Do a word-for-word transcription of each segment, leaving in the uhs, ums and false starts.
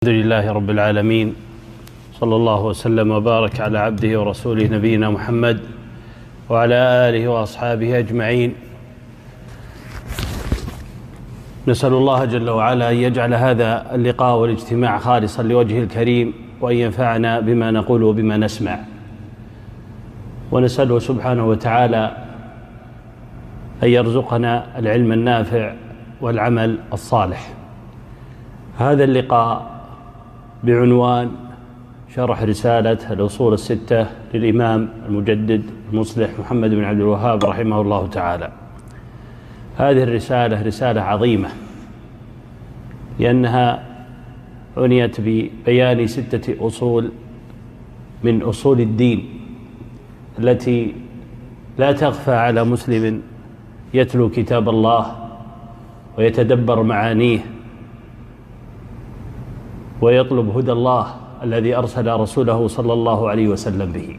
الحمد لله رب العالمين، صلى الله وسلم وبارك على عبده ورسوله نبينا محمد وعلى آله وأصحابه أجمعين. نسأل الله جل وعلا أن يجعل هذا اللقاء والاجتماع خالصا لوجهه الكريم، وأن ينفعنا بما نقول وبما نسمع، ونسأله سبحانه وتعالى أن يرزقنا العلم النافع والعمل الصالح. هذا اللقاء بعنوان شرح رسالة الأصول الستة للإمام المجدد المصلح محمد بن عبد الوهاب رحمه الله تعالى. هذه الرسالة رسالة عظيمة، لأنها عنيت ببيان ستة أصول من أصول الدين التي لا تخفى على مسلم يتلو كتاب الله ويتدبر معانيه ويطلب هدى الله الذي أرسل رسوله صلى الله عليه وسلم به.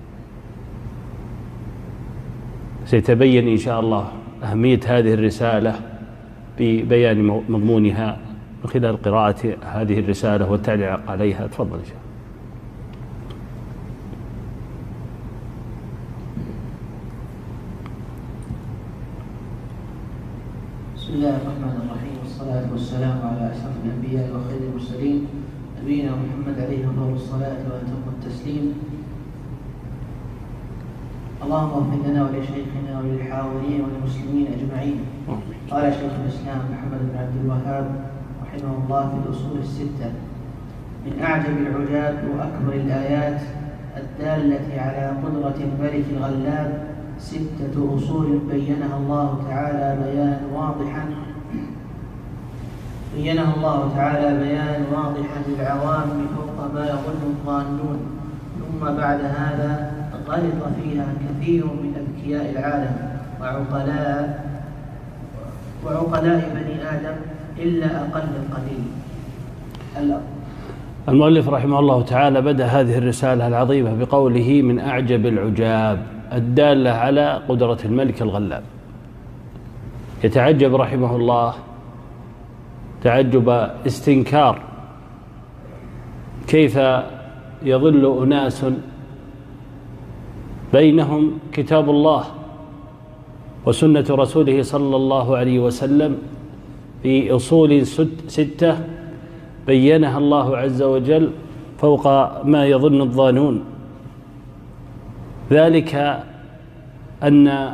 سيتبين إن شاء الله أهمية هذه الرسالة ببيان مضمونها من خلال قراءة هذه الرسالة والتعليق عليها. تفضل إن شاء الله. بسم الله الرحمن الرحيم، والصلاة والسلام على أشرف الأنبياء وخير المرسلين نبينا محمد عليه أفضل الصلاة وأتم التسليم. اللهم اغفر لنا ولشيخنا وللحاضرين وللمسلمين أجمعين. قال شيخ الإسلام محمد بن عبد الوهاب رحمه الله في الأصول الستة: من أعجب العجاب وأكبر الآيات الدالة على قدرة الملك الغلاب ستة أصول بينها الله تعالى بيان واضحا بينها الله تعالى بيان واضحا للعوام فوق ما يظن الظانون، ثم بعد هذا غلط فيها كثير من أذكياء العالم وعقلاء وعقلاء بني آدم إلا أقل القليل. المؤلف رحمه الله تعالى بدأ هذه الرسالة العظيمة بقوله: من أعجب العجاب الدالة على قدرة الملك الغلاب. يتعجب رحمه الله تعجب استنكار، كيف يظل أناس بينهم كتاب الله وسنة رسوله صلى الله عليه وسلم في أصول ستة بينها الله عز وجل فوق ما يظن الظانون. ذلك أن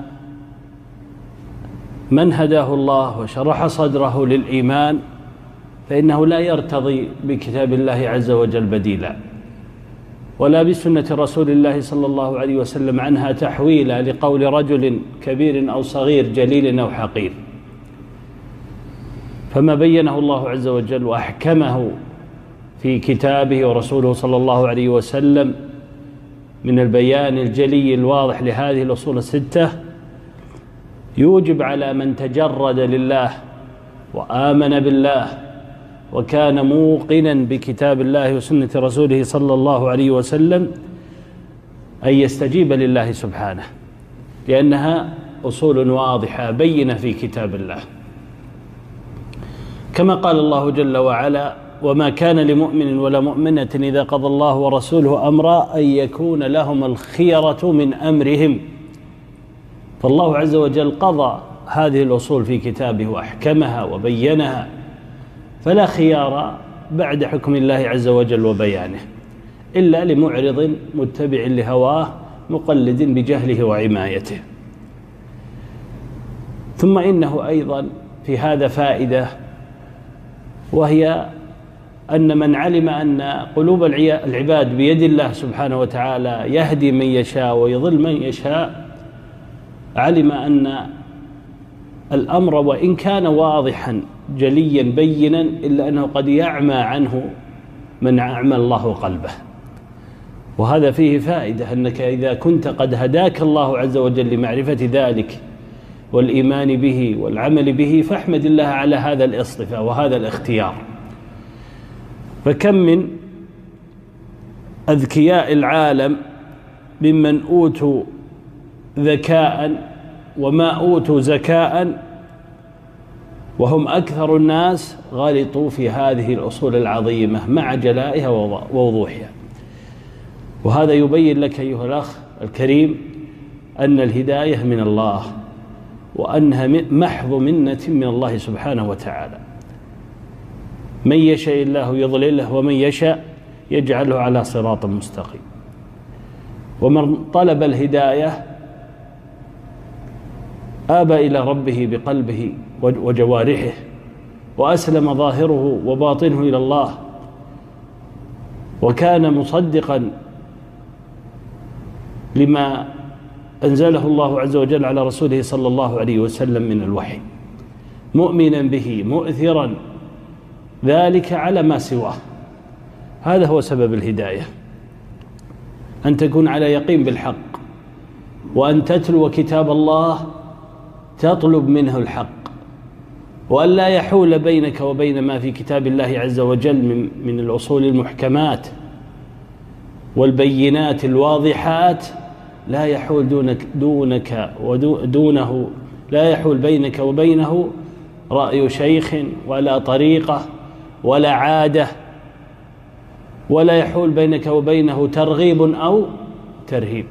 من هداه الله وشرح صدره للإيمان فإنه لا يرتضي بكتاب الله عز وجل بديلا، ولا بسنة رسول الله صلى الله عليه وسلم عنها تحويلا لقول رجل كبير أو صغير جليل أو حقير. فما بينه الله عز وجل وأحكمه في كتابه ورسوله صلى الله عليه وسلم من البيان الجلي الواضح لهذه الأصول الستة يوجب على من تجرد لله وآمن بالله وكان موقنا بكتاب الله وسنة رسوله صلى الله عليه وسلم أن يستجيب لله سبحانه، لأنها أصول واضحة بينة في كتاب الله. كما قال الله جل وعلا: وما كان لمؤمن ولا مؤمنة إذا قضى الله ورسوله أمرا أن يكون لهم الخيرة من أمرهم. فالله عز وجل قضى هذه الأصول في كتابه وأحكمها وبينها، فلا خيار بعد حكم الله عز وجل وبيانه إلا لمعرض متبع لهواه مقلد بجهله وعمايته. ثم إنه أيضا في هذا فائدة، وهي أن من علم أن قلوب العباد بيد الله سبحانه وتعالى يهدي من يشاء ويضل من يشاء، علم أن الأمر وإن كان واضحا جليا بينا إلا أنه قد يعمى عنه من أعمى الله قلبه. وهذا فيه فائدة، أنك إذا كنت قد هداك الله عز وجل لمعرفة ذلك والإيمان به والعمل به فاحمد الله على هذا الاصطفاء وهذا الاختيار. فكم من أذكياء العالم ممن أوتوا ذكاء وما أوتوا زكاء وهم أكثر الناس غلطوا في هذه الأصول العظيمة مع جلائها ووضوحها. وهذا يبين لك أيها الأخ الكريم أن الهداية من الله، وأنها محض منة من الله سبحانه وتعالى. من يشاء الله يضلله ومن يشاء يجعله على صراط مستقيم. ومن طلب الهداية آبى إلى ربه بقلبه وجوارحه، وأسلم ظاهره وباطنه إلى الله، وكان مصدقا لما أنزله الله عز وجل على رسوله صلى الله عليه وسلم من الوحي، مؤمنا به مؤثرا ذلك على ما سواه. هذا هو سبب الهداية، أن تكون على يقين بالحق، وأن تتلو كتاب الله تطلب منه الحق، وأن لا يحول بينك وبين ما في كتاب الله عز وجل من, من الأصول المحكمات والبينات الواضحات، لا يحول دونك, دونك ودونه لا يحول بينك وبينه رأي شيخ ولا طريقة ولا عادة، ولا يحول بينك وبينه ترغيب أو ترهيب،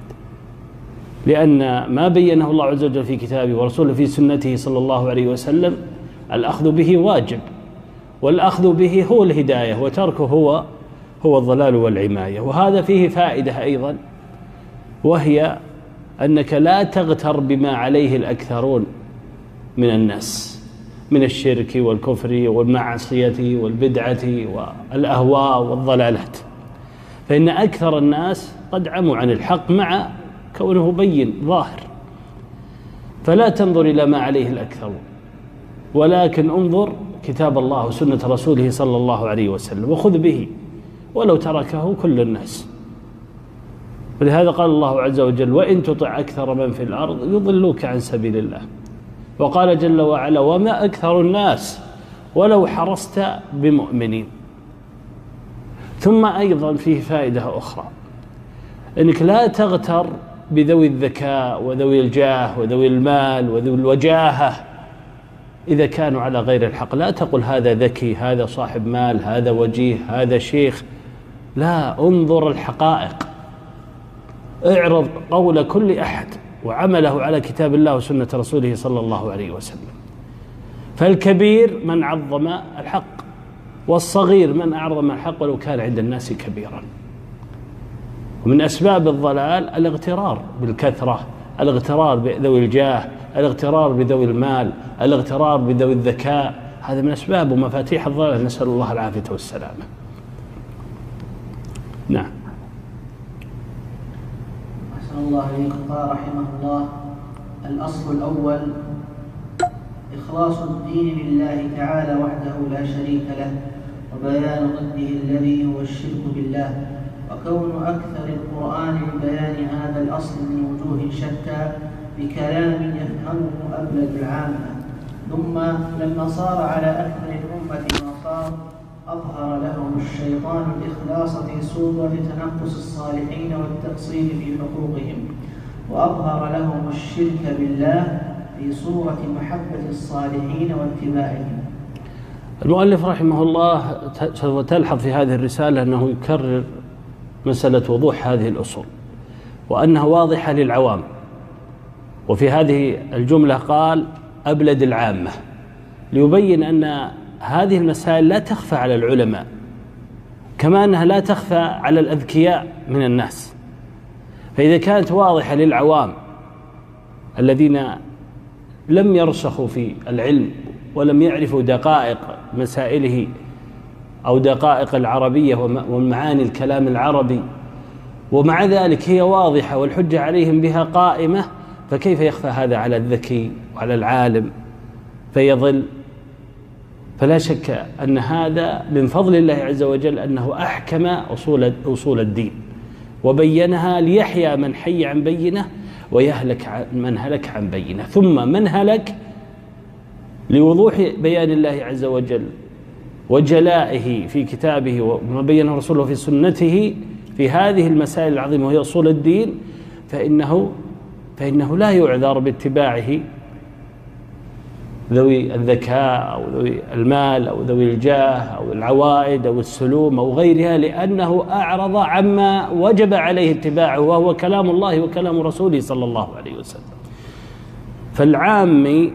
لأن ما بينه الله عز وجل في كتابه ورسوله في سنته صلى الله عليه وسلم الأخذ به واجب، والأخذ به هو الهداية، وتركه هو هو الضلال والعماية. وهذا فيه فائدة أيضا، وهي أنك لا تغتر بما عليه الأكثرون من الناس من الشرك والكفر والمعصية والبدعة والأهواء والضلالات، فإن أكثر الناس قد عموا عن الحق مع كونه بين ظاهر. فلا تنظر إلى ما عليه الأكثرون، ولكن انظر كتاب الله وسنة رسوله صلى الله عليه وسلم وخذ به ولو تركه كل الناس. ولهذا قال الله عز وجل: وإن تطع أكثر من في الأرض يضلوك عن سبيل الله. وقال جل وعلا: وما أكثر الناس ولو حرصت بمؤمنين. ثم أيضا فيه فائدة أخرى، أنك لا تغتر بذوي الذكاء وذوي الجاه وذوي المال وذوي الوجاهة إذا كانوا على غير الحق. لا تقل هذا ذكي، هذا صاحب مال، هذا وجيه، هذا شيخ. لا، انظر الحقائق، اعرض قول كل أحد وعمله على كتاب الله وسنة رسوله صلى الله عليه وسلم. فالكبير من عظم الحق، والصغير من أعظم الحق ولو كان عند الناس كبيرا. ومن أسباب الضلال الاغترار بالكثرة، الاغترار بذوي الجاه، الاغترار بذوي المال، الاغترار بذوي الذكاء. هذا من أسباب ومفاتيح الضلال، نسأل الله العافية والسلامة. نعم. أحسن الله إليك. قال رحمه الله: الأصل الأول إخلاص الدين لله تعالى وحده لا شريك له، وبيان ضده الذي هو الشرك بالله، وكون أكثر القرآن لبيان هذا الأصل من وجوه شتى بكلام يفهمه أبلد العامة. ثم لما صار على أكثر الأمة ما صار، أظهر لهم الشيطان الإخلاص في صورة تنقص الصالحين والتقصير في حقوقهم، وأظهر لهم الشرك بالله في صورة محبة الصالحين واتباعهم. المؤلف رحمه الله تلحظ في هذه الرسالة أنه يكرر مسألة وضوح هذه الأصول، وأنها واضحة للعوام. وفي هذه الجملة قال أبلد العامة، ليبين أن هذه المسائل لا تخفى على العلماء، كما أنها لا تخفى على الأذكياء من الناس. فإذا كانت واضحة للعوام الذين لم يرسخوا في العلم ولم يعرفوا دقائق مسائله أو دقائق العربية ومعاني الكلام العربي، ومع ذلك هي واضحة والحجة عليهم بها قائمة، فكيف يخفى هذا على الذكي وعلى العالم فيضل؟ فلا شك أن هذا من فضل الله عز وجل، أنه أحكم أصول أصول الدين وبينها ليحيى من حي عن بينه ويهلك من هلك عن بينه. ثم من هلك لوضوح بيان الله عز وجل وجلائه في كتابه وما بينه رسوله في سنته في هذه المسائل العظيمة وهي أصول الدين، فإنه فإنه لا يعذر باتباعه ذوي الذكاء أو ذوي المال أو ذوي الجاه أو العوائد أو السلوم أو غيرها، لأنه أعرض عما وجب عليه اتباعه وهو كلام الله وكلام رسوله صلى الله عليه وسلم. فالعامي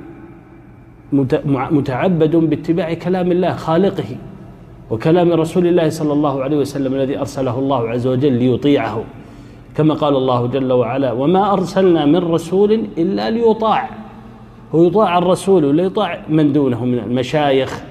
متعبد باتباع كلام الله خالقه وكلام رسول الله صلى الله عليه وسلم الذي أرسله الله عز وجل ليطيعه، كما قال الله جل وعلا: وما أرسلنا من رسول إلا ليطاع. هو يطاع الرسول ولا يطاع من دونه من المشايخ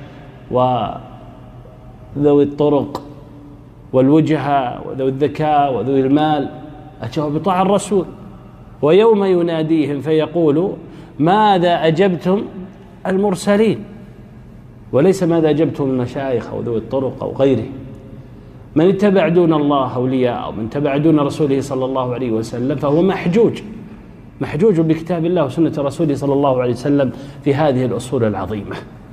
وذوي الطرق والوجهة وذوي الذكاء وذوي المال، أجاب بطاع الرسول. ويوم يناديهم فيقول: ماذا أجبتم المرسلين، وليس ماذا أجبتم المشايخ أو ذوي الطرق أو غيره. من اتبع دون الله أولياء أو من تبع دون رسوله صلى الله عليه وسلم فهو محجوج محجوج بكتاب الله وسنة رسوله صلى الله عليه وسلم في هذه الأصول العظيمة.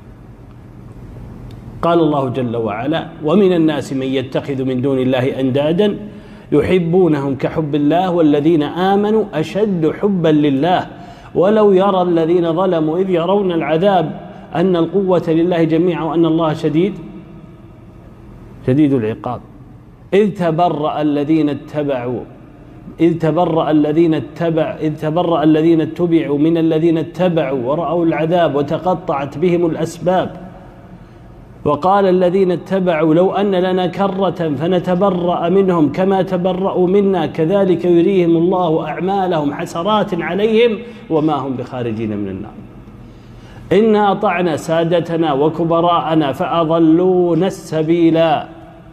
قال الله جل وعلا: ومن الناس من يتخذ من دون الله أندادا يحبونهم كحب الله والذين آمنوا أشد حبا لله ولو يرى الذين ظلموا إذ يرون العذاب أن القوة لله جميعا وأن الله شديد شديد العقاب. إذ تبرأ الذين اتبعوا إذ تبرأ الذين اتبع إذ تبرأ الذين اتبعوا من الذين اتبعوا ورأوا العذاب وتقطعت بهم الأسباب. وقال الذين اتبعوا لو أن لنا كرة فنتبرأ منهم كما تبرأوا منا كذلك يريهم الله أعمالهم حسرات عليهم وما هم بخارجين من النار. إنا أطعنا سادتنا وكبراءنا فأضلونا السبيلا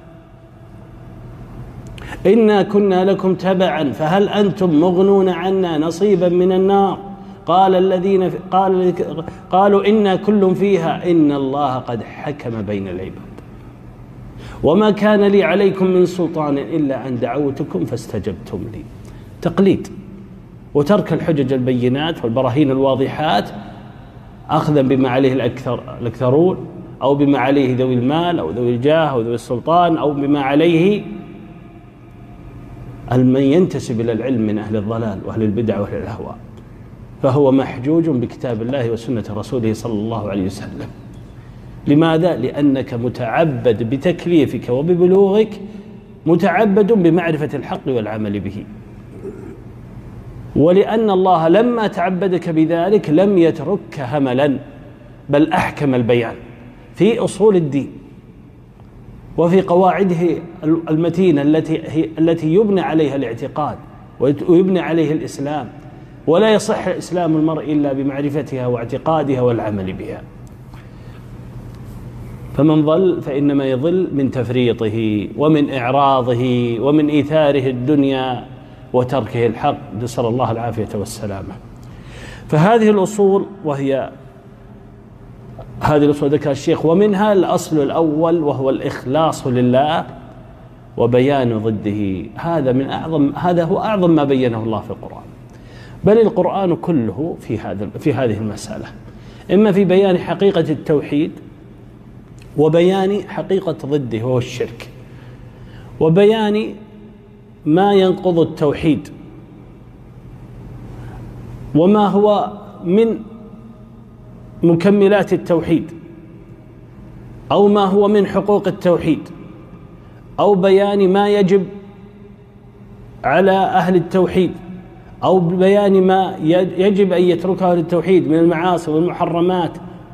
إنا كنا لكم تبعا فهل أنتم مغنون عنا نصيبا من النار. قال الذين قال قالوا إنا كل فيها إن الله قد حكم بين العباد وما كان لي عليكم من سلطان إلا أن دعوتكم فاستجبتم لي. تقليد وترك الحجج البينات والبراهين الواضحات أخذا بما عليه الأكثر الأكثرون أو بما عليه ذوي المال أو ذوي الجاه أو ذوي السلطان أو بما عليه من ينتسب إلى العلم من أهل الضلال وأهل البدع وأهل الأهواء، فهو محجوج بكتاب الله وسنة رسوله صلى الله عليه وسلم. لماذا؟ لأنك متعبد بتكليفك وببلوغك، متعبد بمعرفة الحق والعمل به. ولأن الله لما تعبدك بذلك لم يتركك هملا، بل أحكم البيان في أصول الدين وفي قواعده المتينة التي هي التي يبنى عليها الاعتقاد ويبنى عليه الإسلام. ولا يصح إسلام المرء إلا بمعرفتها واعتقادها والعمل بها. فمن ضل فإنما يضل من تفريطه ومن إعراضه ومن إيثاره الدنيا وتركه الحق، نسأل الله العافية والسلامة. فهذه الأصول وهي هذه الأصول ذكر الشيخ، ومنها الأصل الأول وهو الإخلاص لله وبيان ضده. هذا من أعظم هذا هو أعظم ما بينه الله في القرآن، بل القرآن كله في هذا في هذه المسألة، إما في بيان حقيقة التوحيد وبيان حقيقة ضده وهو الشرك، وبيان ما ينقض التوحيد وما هو من مكملات التوحيد أو ما هو من حقوق التوحيد، أو بيان ما يجب على أهل التوحيد، أو بيان ما يجب أن يتركه أهل التوحيد من المعاصي والمحرمات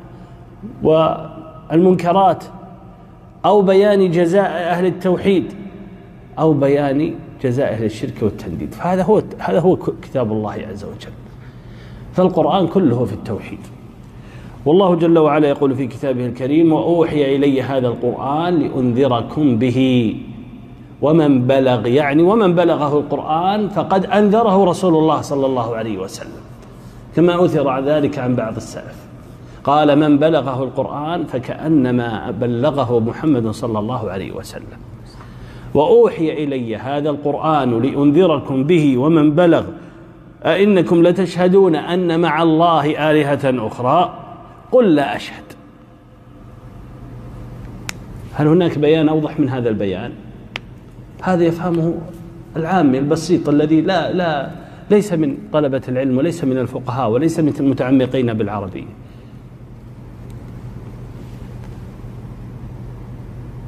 والمنكرات، أو بيان جزاء أهل التوحيد، أو بيان جزاء أهل الشرك والتنديد. فهذا هو هذا هو كتاب الله عز وجل. فالقرآن كله في التوحيد. والله جل وعلا يقول في كتابه الكريم: وأوحي إلي هذا القرآن لأنذركم به ومن بلغ، يعني ومن بلغه القرآن فقد أنذره رسول الله صلى الله عليه وسلم، كما أثر ذلك عن بعض السلف، قال: من بلغه القرآن فكأنما بلغه محمد صلى الله عليه وسلم. وأوحي إلي هذا القرآن لأنذركم به ومن بلغ أئنكم لتشهدون أن مع الله آلهة أخرى قل لا أشهد. هل هناك بيان أوضح من هذا البيان؟ هذا يفهمه العامي البسيط الذي لا لا ليس من طلبة العلم وليس من الفقهاء وليس من المتعمقين بالعربية.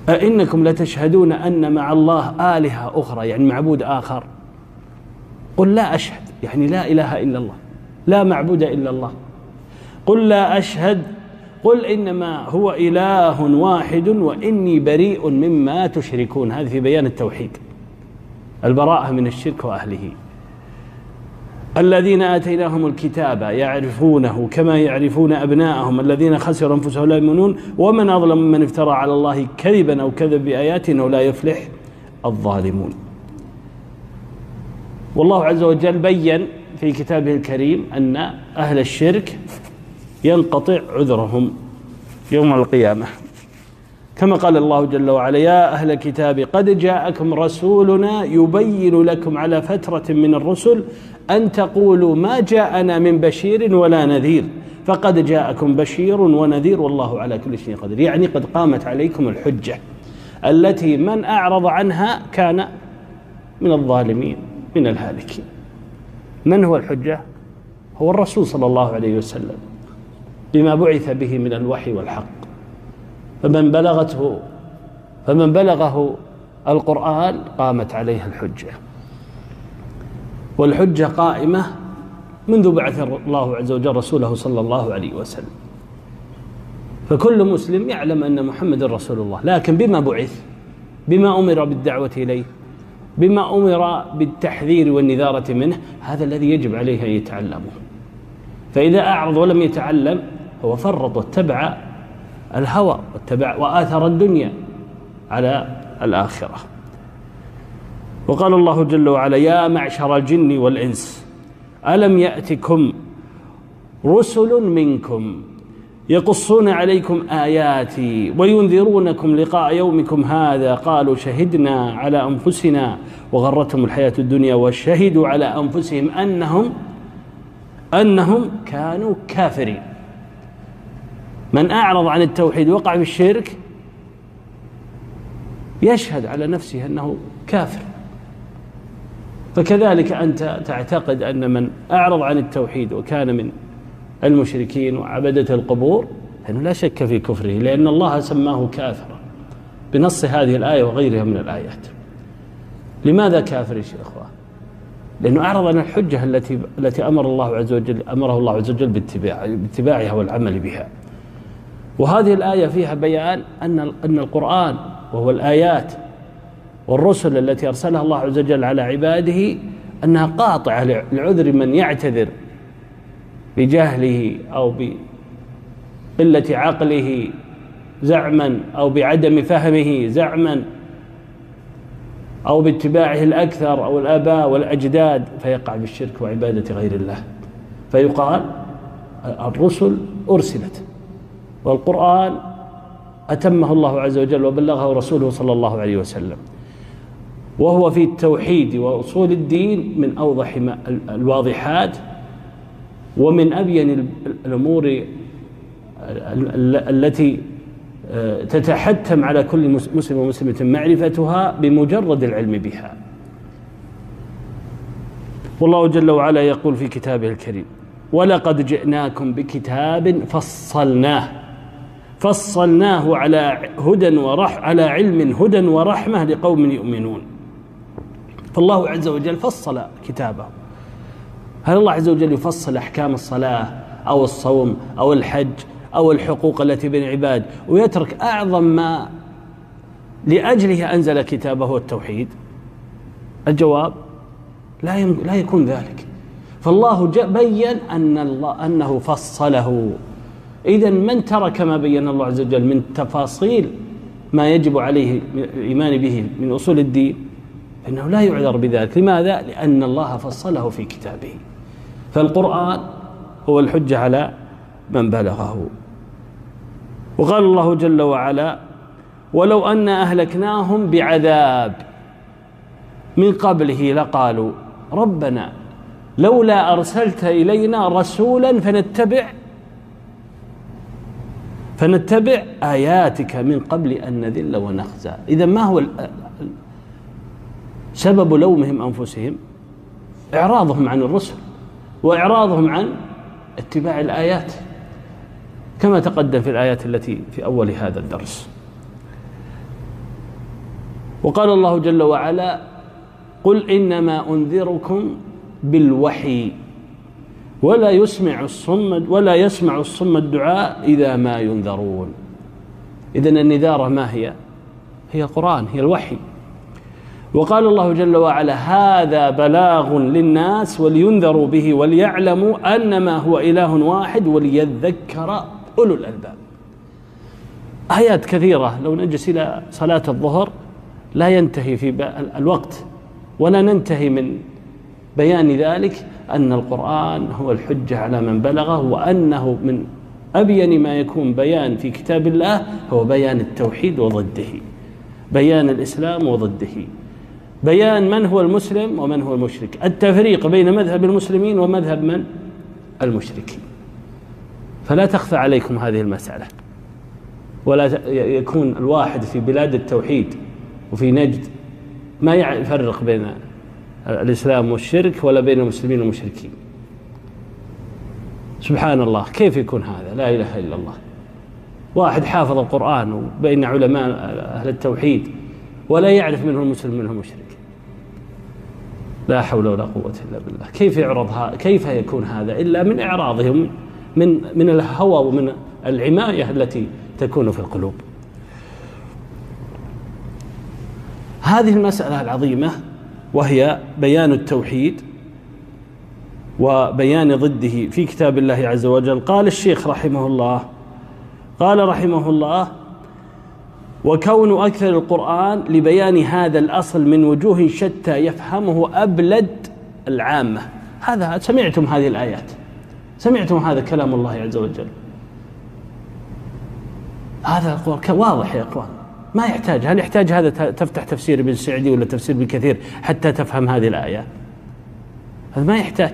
أئنكم لتشهدون أن مع الله آلهة أخرى يعني معبود آخر؟ قل لا أشهد يعني لا إله إلا الله، لا معبود إلا الله. قل لا أشهد، قل إنما هو إله واحد وإني بريء مما تشركون. هذه في بيان التوحيد، البراءة من الشرك وأهله. الذين آتيناهم الكتاب يعرفونه كما يعرفون أبناءهم الذين خسروا أنفسهم لا يؤمنون ومن أظلم ممن افترى على الله كذبا أو كذب بآياته ولا يفلح الظالمون. والله عز وجل بين في كتابه الكريم أن أهل الشرك ينقطع عذرهم يوم القيامة، كما قال الله جل وعلا: يا أهل الكتاب قد جاءكم رسولنا يبين لكم على فترة من الرسل أن تقولوا ما جاءنا من بشير ولا نذير فقد جاءكم بشير ونذير والله على كل شيء قدير. يعني قد قامت عليكم الحجة التي من أعرض عنها كان من الظالمين من الهالكين. من هو الحجة؟ هو الرسول صلى الله عليه وسلم بما بعث به من الوحي والحق. فمن بلغته فمن بلغه القرآن قامت عليه الحجة، والحجة قائمة منذ بعث الله عز وجل رسوله صلى الله عليه وسلم. فكل مسلم يعلم أن محمد رسول الله، لكن بما بعث؟ بما أمر بالدعوة إليه، بما أمر بالتحذير والنذارة منه. هذا الذي يجب عليه أن يتعلمه. فإذا أعرض ولم يتعلم هو فرط واتبع الهوى واتبع وآثر الدنيا على الآخرة. وقال الله جل وعلا: يا معشر الجن والإنس ألم يأتكم رسل منكم يقصون عليكم آياتي وينذرونكم لقاء يومكم هذا قالوا شهدنا على أنفسنا وغرتهم الحياة الدنيا وشهدوا على أنفسهم أنهم أنهم كانوا كافرين. من أعرض عن التوحيد وقع في الشرك يشهد على نفسه أنه كافر. فكذلك أنت تعتقد أن من أعرض عن التوحيد وكان من المشركين وعبدة القبور فإنه لا شك في كفره، لأن الله سماه كافرا بنص هذه الآية وغيرها من الآيات. لماذا كافر يا أخوة؟ لأنه أعرض عن الحجة التي التي أمر الله عز وجل أمره الله عز وجل باتباع باتباعها والعمل بها. وهذه الآية فيها بيان أن أن القرآن وهو الآيات والرسل التي أرسلها الله عز وجل على عباده أنها قاطعة لعذر من يعتذر بجهله أو بقلة عقله زعما أو بعدم فهمه زعما أو باتباعه الأكثر أو الآباء والأجداد فيقع بالشرك وعبادة غير الله. فيقال الرسل أرسلت والقرآن أتمه الله عز وجل وبلغه رسوله صلى الله عليه وسلم، وهو في التوحيد وأصول الدين من أوضح الواضحات ومن أبين الأمور التي تتحتم على كل مسلم ومسلمة معرفتها بمجرد العلم بها. والله جل وعلا يقول في كتابه الكريم: ولقد جئناكم بكتاب فصلناه فصلناه على هدى ورح على علم هدى ورحمة لقوم يؤمنون. فالله عز وجل فصل كتابه. هل الله عز وجل يفصل أحكام الصلاة أو الصوم أو الحج أو الحقوق التي بين العباد ويترك أعظم ما لأجله أنزل كتابه هو التوحيد؟ الجواب لا يم... لا يكون ذلك. فالله بين أن الله أنه فصله. إذن من ترك ما بين الله عز وجل من تفاصيل ما يجب عليه الإيمان به من أصول الدين فإنه لا يعذر بذلك. لماذا؟ لأن الله فصله في كتابه. فالقرآن هو الحجة على من بلغه. وقال الله جل وعلا: ولو أن أهلكناهم بعذاب من قبله لقالوا ربنا لولا أرسلت إلينا رسولا فنتبع فنتبع آياتك من قبل أن نذل ونخزى. إذا ما هو سبب لومهم أنفسهم؟ إعراضهم عن الرسل وإعراضهم عن اتباع الآيات كما تقدم في الآيات التي في أول هذا الدرس. وقال الله جل وعلا: قل إنما أنذركم بالوحي ولا يسمع الصم ولا يسمع الصم الدعاء إذا ما ينذرون. إذن النذارة ما هي؟ هي القرآن، هي الوحي. وقال الله جل وعلا: هذا بلاغ للناس ولينذروا به وليعلموا أنما هو إله واحد وليذكر أولو الألباب. آيات كثيرة، لو نجلس إلى صلاة الظهر لا ينتهي في الوقت ولا ننتهي من بيان ذلك، أن القرآن هو الحجة على من بلغه، وأنه من أبين ما يكون بيان في كتاب الله هو بيان التوحيد وضده، بيان الإسلام وضده، بيان من هو المسلم ومن هو المشرك، التفريق بين مذهب المسلمين ومذهب من؟ المشركين. فلا تخفى عليكم هذه المسألة، ولا يكون الواحد في بلاد التوحيد وفي نجد ما يفرق بين الإسلام والشرك ولا بين المسلمين والمشركين. سبحان الله، كيف يكون هذا؟ لا إله إلا الله. واحد حافظ القرآن وبين علماء أهل التوحيد ولا يعرف منه المسلم منه المشرك. لا حول ولا قوة إلا بالله. كيف يعرض هذا؟ كيف يكون هذا إلا من إعراضهم من من الهوى ومن العماية التي تكون في القلوب. هذه المسألة العظيمة وهي بيان التوحيد وبيان ضده في كتاب الله عز وجل. قال الشيخ رحمه الله قال رحمه الله: وكون أكثر القرآن لبيان هذا الأصل من وجوه شتى يفهمه أبلد العامة. هذا سمعتم هذه الآيات، سمعتم هذا كلام الله عز وجل. هذا القرآن واضح يا أخوان، ما يحتاج. هل يحتاج هذا تفتح تفسير ابن سعدي ولا تفسير ابن كثير حتى تفهم هذه الآيات؟ هذا ما يحتاج.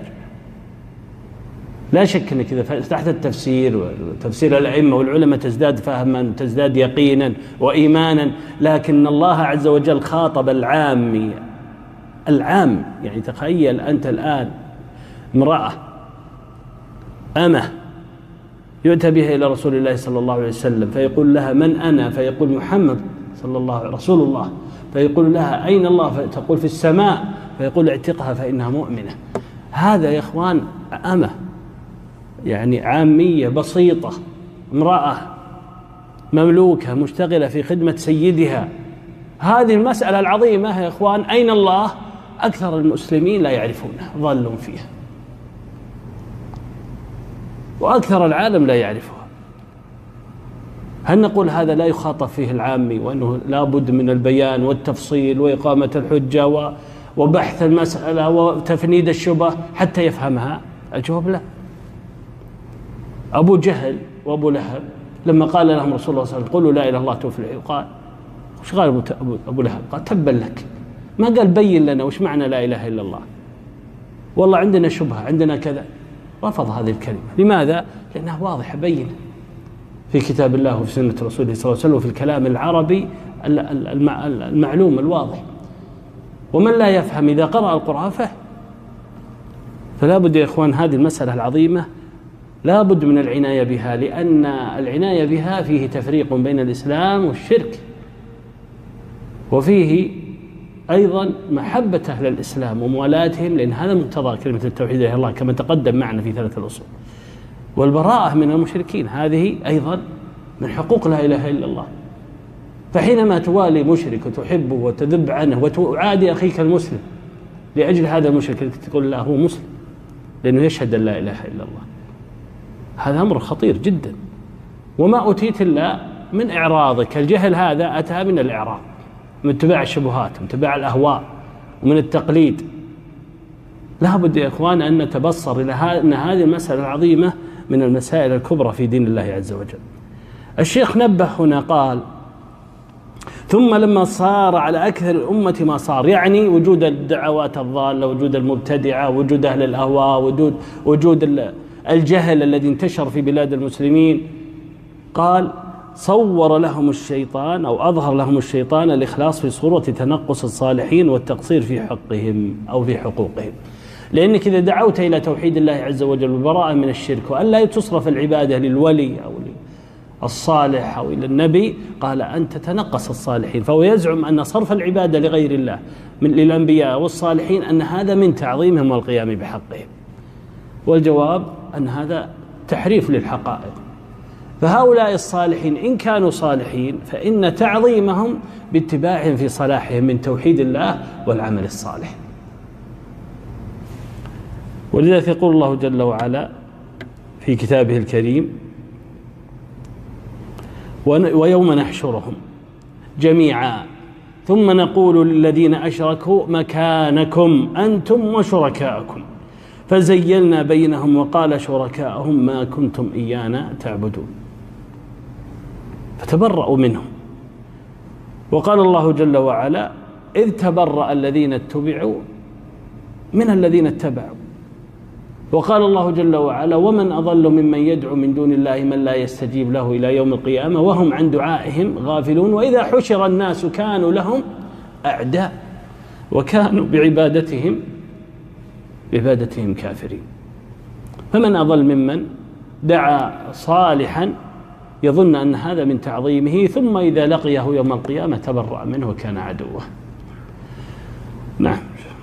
لا شك أنك إذا فتحت التفسير وتفسير الأئمة والعلماء تزداد فهما، تزداد يقينا وإيمانا، لكن الله عز وجل خاطب العام العام. يعني تخيل أنت الآن امرأة أمة يؤتى بها إلى رسول الله صلى الله عليه وسلم فيقول لها: من أنا؟ فيقول: محمد صلى الله عليه رسول الله. فيقول لها: أين الله؟ فتقول: في السماء. فيقول: اعتقها فإنها مؤمنة. هذا يا إخوان أمة، يعني عامية بسيطة، امرأة مملوكة مشتغلة في خدمة سيدها. هذه المسألة العظيمة يا إخوان، أين الله؟ أكثر المسلمين لا يعرفونه، ظلوا فيها، وأكثر العالم لا يعرفها. هل نقول هذا لا يخاطب فيه العامي وأنه لا بد من البيان والتفصيل وإقامة الحجة وبحث المسألة وتفنيد الشبه حتى يفهمها؟ الجواب لا. أبو جهل وأبو لهب لما قال لهم رسول الله صلى الله عليه وسلم: قولوا لا إله إلا الله تفلحوا، قال وش قال أبو لهب؟ قال: تبا لك. ما قال بين لنا وش معنى لا إله إلا الله، والله عندنا شبهة، عندنا كذا. رفض هذه الكلمة. لماذا؟ لأنها واضحة بينة في كتاب الله وفي سنة رسوله صلى الله عليه وسلم وفي الكلام العربي المعلوم الواضح. ومن لا يفهم إذا قرأ القرآن فهم. فلا بد يا إخوان هذه المسألة العظيمة لا بد من العناية بها، لأن العناية بها فيه تفريق بين الإسلام والشرك، وفيه أيضا محبة أهل الإسلام وموالاتهم، لأن هذا مقتضى كلمة التوحيد إلى الله كما تقدم معنا في ثلاث الأصول. والبراءة من المشركين هذه أيضا من حقوق لا إله إلا الله. فحينما توالي مشرك وتحبه وتذب عنه وتعادي أخيك المسلم لأجل هذا المشرك تقول لا هو مسلم لأنه يشهد أن لا إله إلا الله، هذا أمر خطير جدا. وما أوتيت إلا من إعراضك. الجهل هذا أتى من الإعراض، من اتباع الشبهات، من اتباع الأهواء، ومن التقليد. لا بد يا إخوان أن نتبصر إلى أن هذه المسألة العظيمة من المسائل الكبرى في دين الله عز وجل. الشيخ نبه هنا قال: ثم لما صار على أكثر الأمة ما صار، يعني وجود الدعوات الضالة، وجود المبتدعة، وجود أهل الأهواء، وجود, وجود الجهل الذي انتشر في بلاد المسلمين، قال: صور لهم الشيطان أو أظهر لهم الشيطان الإخلاص في صورة تنقص الصالحين والتقصير في حقهم أو في حقوقهم. لأنك إذا دعوت إلى توحيد الله عز وجل والبراءة من الشرك وأن لا تصرف العبادة للولي أو الصالح أو إلى النبي، قال أن تتنقص الصالحين. فهو يزعم أن صرف العبادة لغير الله من للأنبياء والصالحين أن هذا من تعظيمهم والقيام بحقهم، والجواب أن هذا تحريف للحقائق. فهؤلاء الصالحين إن كانوا صالحين فإن تعظيمهم باتباعهم في صلاحهم من توحيد الله والعمل الصالح. ولذلك يقول الله جل وعلا في كتابه الكريم: ويوم نحشرهم جميعا ثم نقول للذين أشركوا مكانكم أنتم وشركاءكم فزيلنا بينهم وقال شركاءهم ما كنتم إيانا تعبدون، فتبرأوا منهم. وقال الله جل وعلا: إذ تبرأ الذين اتبعوا من الذين اتبعوا. وقال الله جل وعلا: ومن أضل ممن يدعو من دون الله من لا يستجيب له إلى يوم القيامة وهم عن دعائهم غافلون وإذا حشر الناس كانوا لهم أعداء وكانوا بعبادتهم بعبادتهم كافرين. فمن أضل ممن دعا صالحا يظن أن هذا من تعظيمه ثم إذا لقيه يوم القيامة تبرأ منه وكان عدوه. نعم.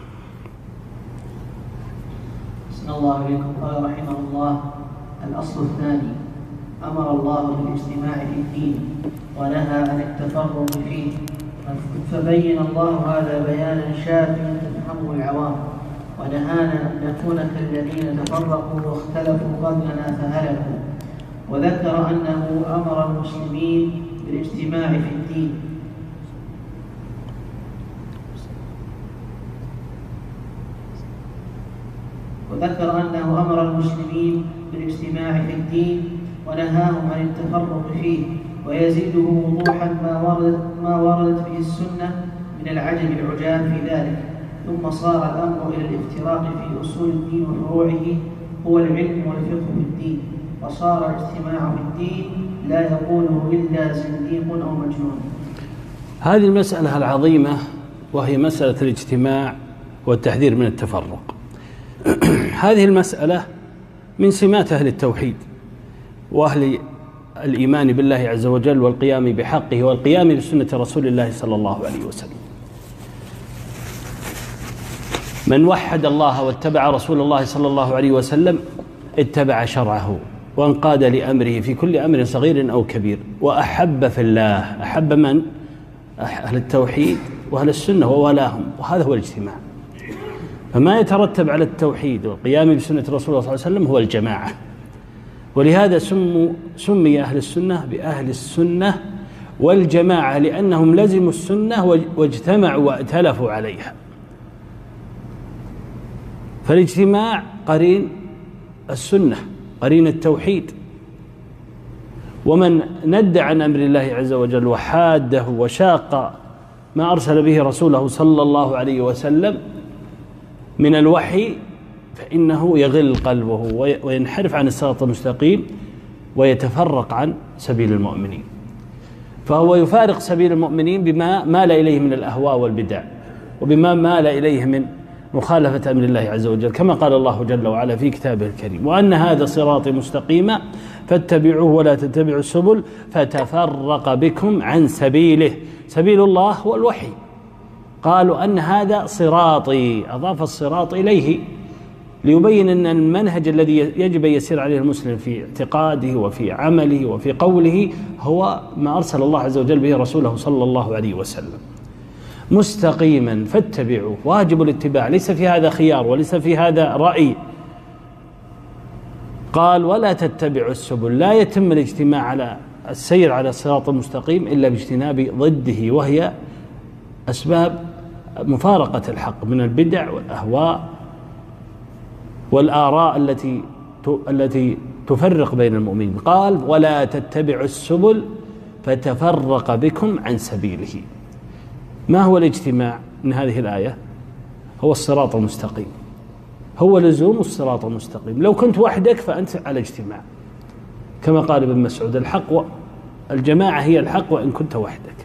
أحسن الله إليكم. قال رحمه الله: الأصل الثاني: أمر الله بالاجتماع في الدين ونهى عن التفرق فيه، فبين الله هذا بيانا شافيا تفهمه العوام، ونهانا أن نكون كالذين تفرقوا واختلفوا قبلنا فهلكوا، وذكر أنه أمر المسلمين بالاجتماع في الدين وذكر أنه أمر المسلمين بالاجتماع في الدين ونهاهم عن التفرق فيه، ويزيده وضوحا ما وردت ما وردت به السنة من العجب العجاب في ذلك. ثم صار الأمر إلى الافتراق في أصول الدين وفروعه هو العلم والفقه في الدين، وصار الاجتماع في الدين لا يقوله إلا زنديق أو مجنون. هذه المسألة العظيمة وهي مسألة الاجتماع والتحذير من التفرق. هذه المسألة من سمات أهل التوحيد وأهل الإيمان بالله عز وجل والقيام بحقه والقيام بسنة رسول الله صلى الله عليه وسلم. من وحد الله واتبع رسول الله صلى الله عليه وسلم اتبع شرعه وانقاد لأمره في كل أمر صغير أو كبير، وأحب في الله. أحب من؟ أهل التوحيد وأهل السنة وولاهم، وهذا هو الاجتماع. فما يترتب على التوحيد والقيام بسنة رسول الله صلى الله عليه وسلم هو الجماعة. ولهذا سموا سمي أهل السنة بأهل السنة والجماعة، لأنهم لزموا السنة واجتمعوا وائتلفوا عليها. فالاجتماع قرين السنة، قرين التوحيد. ومن ند عن أمر الله عز وجل وحاده وشاق ما أرسل به رسوله صلى الله عليه وسلم من الوحي فإنه يغل قلبه وينحرف عن الصراط المستقيم ويتفرق عن سبيل المؤمنين. فهو يفارق سبيل المؤمنين بما مال إليه من الأهواء والبدع، وبما مال إليه من مخالفة أمر الله عز وجل، كما قال الله جل وعلا في كتابه الكريم: وأن هذا صراطي مستقيما فاتبعوه ولا تتبعوا السبل فتفرق بكم عن سبيله. سبيل الله هو الوحي. قالوا أن هذا صراطي، أضاف الصراط إليه ليبين أن المنهج الذي يجب أن يسير عليه المسلم في اعتقاده وفي عمله وفي قوله هو ما أرسل الله عز وجل به رسوله صلى الله عليه وسلم مستقيما فاتبعوه، واجب الاتباع، ليس في هذا خيار وليس في هذا رأي. قال: ولا تتبعوا السبل، لا يتم الاجتماع على السير على الصراط المستقيم إلا باجتناب ضده، وهي أسباب مفارقة الحق من البدع والأهواء والآراء التي التي تفرق بين المؤمنين. قال: ولا تتبعوا السبل فتفرق بكم عن سبيله. ما هو الاجتماع من هذه الآية؟ هو الصراط المستقيم، هو لزوم الصراط المستقيم. لو كنت وحدك فأنت على اجتماع، كما قال ابن مسعود: الحق الجماعة هي الحق وإن كنت وحدك.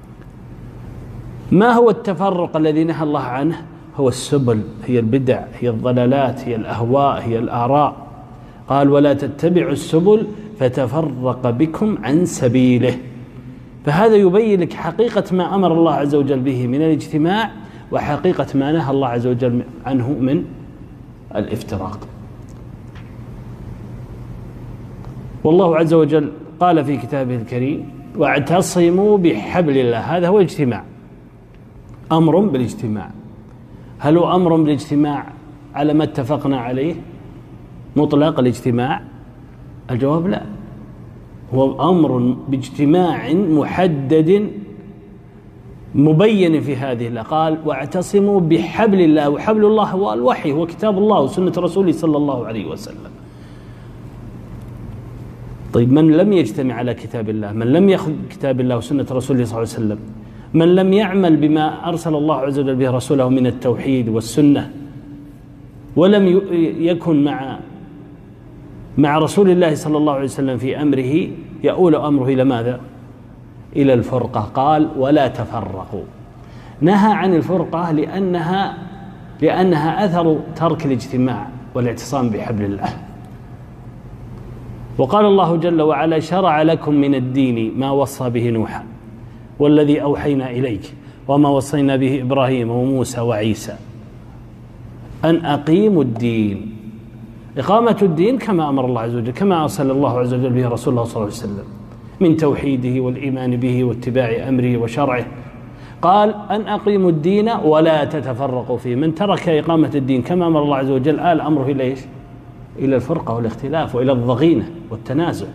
ما هو التفرق الذي نهى الله عنه؟ هو السبل، هي البدع، هي الضلالات، هي الأهواء، هي الآراء. قال: ولا تتبعوا السبل فتفرق بكم عن سبيله. فهذا يبين لك حقيقة ما أمر الله عز وجل به من الاجتماع، وحقيقة ما نهى الله عز وجل عنه من الافتراق. والله عز وجل قال في كتابه الكريم: واعتصموا بحبل الله. هذا هو الاجتماع، أمر بالاجتماع. هل هو أمر بالاجتماع على ما اتفقنا عليه مطلق الاجتماع؟ الجواب لا، هو أمر باجتماع محدد مبين في هذه الآية. قال: واعتصموا بحبل الله، وحبل الله هو الوحي، هو كتاب الله وسنة رسوله صلى الله عليه وسلم. طيب، من لم يجتمع على كتاب الله، من لم يأخذ كتاب الله وسنة رسوله صلى الله عليه وسلم، من لم يعمل بما أرسل الله عز وجل به رسوله من التوحيد والسنة، ولم يكن مع مع رسول الله صلى الله عليه وسلم في أمره، يؤول أمره إلى ماذا؟ إلى الفرقة. قال: ولا تفرقوا. نهى عن الفرقة لأنها لأنها أثر ترك الاجتماع والاعتصام بحبل الله. وقال الله جل وعلا: شرع لكم من الدين ما وصى به نوحا والذي أوحينا إليك وما وصينا به إبراهيم وموسى وعيسى أن أقيموا الدين. إقامة الدين كما أمر الله عز وجل، كما أرسل الله عز وجل به رسول الله صلى الله عليه وسلم من توحيده والإيمان به واتباع أمره وشرعه. قال: أن أقيموا الدين ولا تتفرقوا فيه. من ترك إقامة الدين كما أمر الله عز وجل آل أمره إلى إيش؟ إلى الفرقة والاختلاف وإلى الضغينة والتنازع.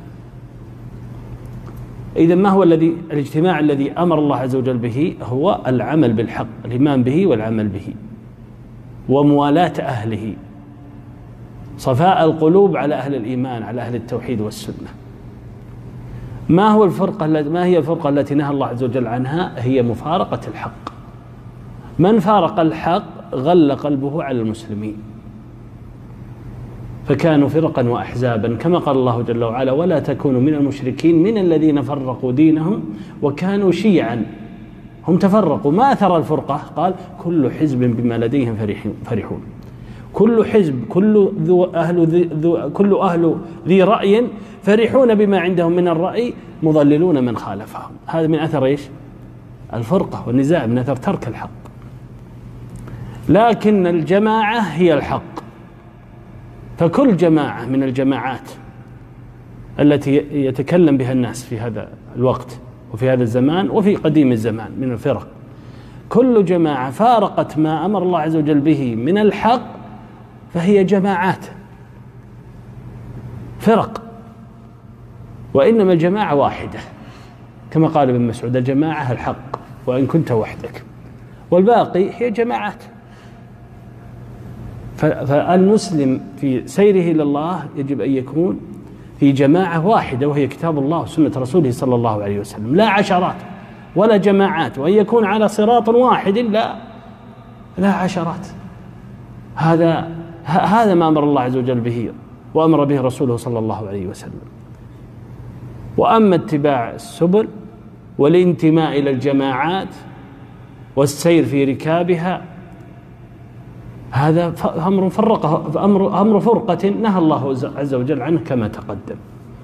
إذن ما هو الذي الاجتماع الذي أمر الله عز وجل به؟ هو العمل بالحق، الإيمان به والعمل به، وموالاة أهله، صفاء القلوب على أهل الإيمان، على أهل التوحيد والسنة. ما هو الفرقة ما هي الفرقة التي نهى الله عز وجل عنها؟ هي مفارقة الحق. من فارق الحق غل قلبه على المسلمين، فكانوا فرقا وأحزابا، كما قال الله جل وعلا: ولا تكونوا من المشركين من الذين فرقوا دينهم وكانوا شيعا. هم تفرقوا، ما أثر الفرقة؟ قال: كل حزب بما لديهم فرحون. كل حزب، كل ذو أهل ذو كل أهل ذي رأي فرحون بما عندهم من الرأي مضللون من خالفهم. هذا من أثر إيش؟ الفرقة والنزاع، من أثر ترك الحق. لكن الجماعة هي الحق. فكل جماعة من الجماعات التي يتكلم بها الناس في هذا الوقت وفي هذا الزمان وفي قديم الزمان من الفرق، كل جماعة فارقت ما أمر الله عز وجل به من الحق فهي جماعات، فرق. وإنما الجماعة واحدة، كما قال ابن مسعود: الجماعة الحق وإن كنت وحدك، والباقي هي جماعات. فالمسلم في سيره إلى الله يجب أن يكون في جماعة واحدة، وهي كتاب الله وسنة رسوله صلى الله عليه وسلم، لا عشرات ولا جماعات، وأن يكون على صراط واحد، لا لا عشرات. هذا هذا ما أمر الله عز وجل به وأمر به رسوله صلى الله عليه وسلم. وأما اتباع السبل والانتماء إلى الجماعات والسير في ركابها، هذا أمر فرقه أمر أمر فرقة نهى الله عز وجل عنه كما تقدم.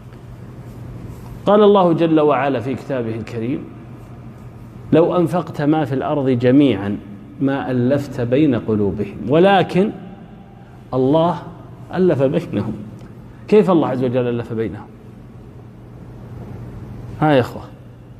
قال الله جل وعلا في كتابه الكريم: لو أنفقت ما في الأرض جميعا ما ألفت بين قلوبهم ولكن الله ألف بينهم. كيف الله عز وجل ألف بينهم؟ ها يا إخوة،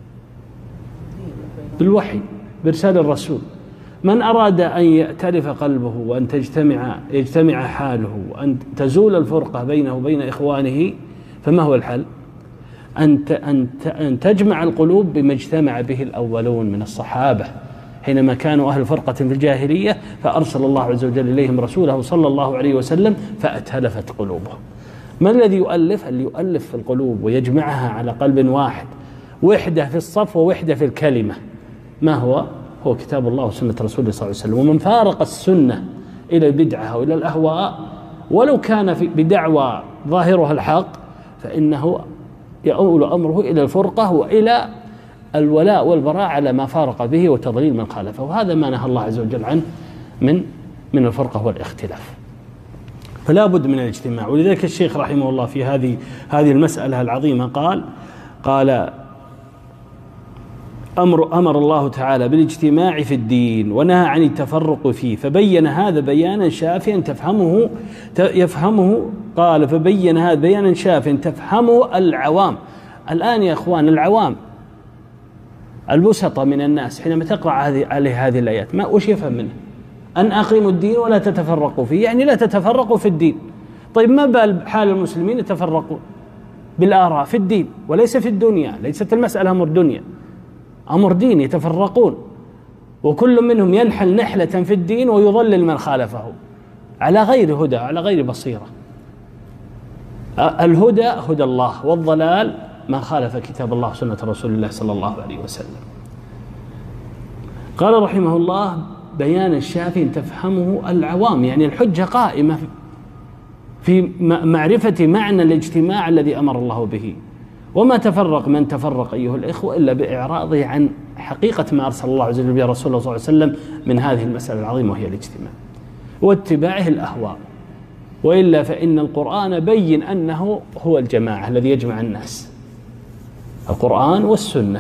بالوحي، بإرسال الرسول. من أراد أن يأتلف قلبه وأن تجتمع يجتمع حاله وأن تزول الفرقة بينه وبين إخوانه، فما هو الحل؟ أن أن تجمع القلوب بما اجتمع به الأولون من الصحابة حينما كانوا أهل فرقة في الجاهلية، فأرسل الله عز وجل إليهم رسوله صلى الله عليه وسلم فأتلفت قلوبهم. ما الذي يؤلف؟ اللي يؤلف في القلوب ويجمعها على قلب واحد، وحدة في الصف ووحدة في الكلمة. ما هو؟ هو كتاب الله وسنة رسوله صلى الله عليه وسلم. ومن فارق السنة إلى البدعة وإلى الأهواء ولو كان في بدعوى ظاهرها الحق، فإنه يؤول أمره إلى الفرقة وإلى الولاء والبراء على ما فارق به وتضليل من خالفه. وهذا ما نهى الله عز وجل عنه من من الفرقة والاختلاف. فلا بد من الاجتماع. ولذلك الشيخ رحمه الله في هذه هذه المسألة العظيمة قال قال أمر أمر الله تعالى بالاجتماع في الدين ونهى عن التفرق فيه، فبين هذا بيانا شافيا تفهمه يفهمه قال فبين هذا بيانا شافيا تفهمه العوام. الآن يا أخوان العوام البسطة من الناس حينما تقرأ عليه هذه الآيات ما وش يفهم منه؟ أن أقيموا الدين ولا تتفرقوا فيه، يعني لا تتفرقوا في الدين. طيب ما بال حال المسلمين يتفرقوا بالآراء في الدين وليس في الدنيا؟ ليست المسألة أمر دنيا، أمر دين، يتفرقون وكل منهم ينحل نحلة في الدين ويضلل من خالفه على غير هدى على غير بصيرة. الهدى هدى الله، والضلال ما خالف كتاب الله سنة رسول الله صلى الله عليه وسلم. قال رحمه الله بيانا شافيا تفهمه العوام، يعني الحجة قائمة في معرفة معنى الاجتماع الذي أمر الله به. وما تفرق من تفرق أيها الإخوة إلا بإعراضه عن حقيقة ما أرسل الله عز وجل به رسوله صلى الله عليه وسلم من هذه المسألة العظيمة وهي الاجتماع واتباعه الأهواء. وإلا فإن القرآن بين أنه هو الجماعة الذي يجمع الناس، القرآن والسنة،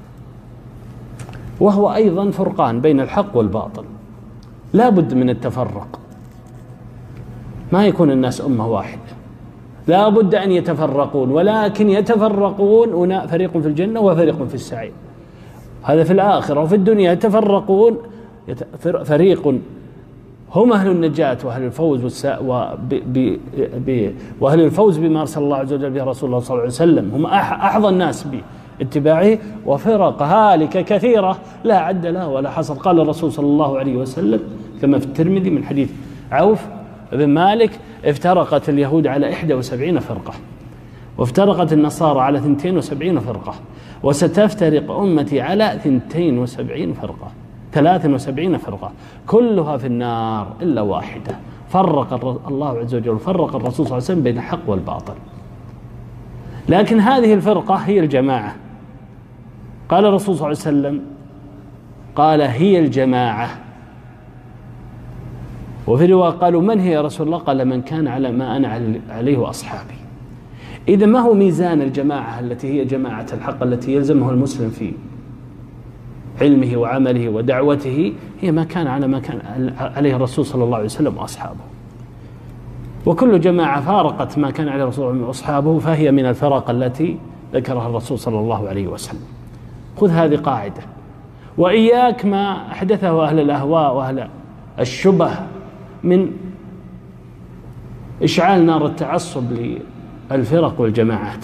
وهو أيضا فرقان بين الحق والباطل. لا بد من التفرق، ما يكون الناس أمة واحدة، لا بد أن يتفرقون، ولكن يتفرقون فريق في الجنة وفريق في السعير. هذا في الآخرة. وفي الدنيا يتفرقون فريق هم أهل النجاة وأهل الفوز والساء وأهل الفوز بما أرسل الله عز وجل به رسول الله صلى الله عليه وسلم، هم أحظى الناس باتباعه، وفرق هالكة كثيرة لا عد لها ولا حصر. قال الرسول صلى الله عليه وسلم كما في الترمذي من حديث عوف بن مالك افترقت اليهود على إحدى وسبعين فرقة، وافترقت النصارى على اثنتين وسبعين فرقة، وستفترق أمتي على اثنتين وسبعين فرقة ثلاث وسبعين فرقة كلها في النار إلا واحدة. فرق الله عز وجل فرق الرسول صلى الله عليه وسلم بين الحق والباطل. لكن هذه الفرقة هي الجماعة. قال الرسول صلى الله عليه وسلم قال هي الجماعة. وفي رواية قالوا من هي يا رسول الله؟ قال من كان على ما أنا عليه وأصحابي. إذا ما هو ميزان الجماعة التي هي جماعة الحق التي يلزمه المسلم في علمه وعمله ودعوته؟ هي ما كان على ما كان عليه الرسول صلى الله عليه وسلم وأصحابه. وكل جماعة فارقت ما كان عليه الرسول وأصحابه فهي من الفرق التي ذكرها الرسول صلى الله عليه وسلم. خذ هذه قاعدة، وإياك ما أحدثه أهل الأهواء وأهل الشبه من إشعال نار التعصب للفرق والجماعات.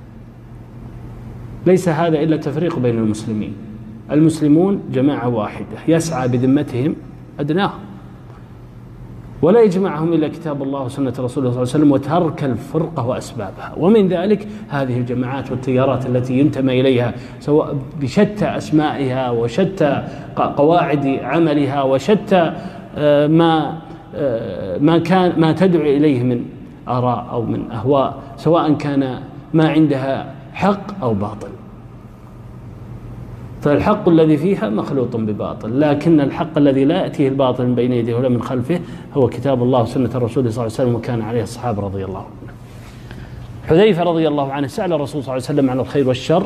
ليس هذا إلا تفريق بين المسلمين. المسلمون جماعة واحدة يسعى بذمتهم أدناهم، ولا يجمعهم إلا كتاب الله وسنة رسوله صلى الله عليه وسلم، وترك الفرقة وأسبابها. ومن ذلك هذه الجماعات والتيارات التي ينتمي إليها سواء بشتى أسمائها وشتى قواعد عملها وشتى ما ما كان ما تدعو إليه من آراء أو من أهواء، سواء كان ما عندها حق أو باطل. فالحق الذي فيها مخلوط بباطل، لكن الحق الذي لا يأتيه الباطل من بين يديه ولا من خلفه هو كتاب الله وسنة الرسول صلى الله عليه وسلم، وكان عليه الصحابة رضي الله عنهم. حذيفة رضي الله عنه سأل الرسول صلى الله عليه وسلم عن الخير والشر،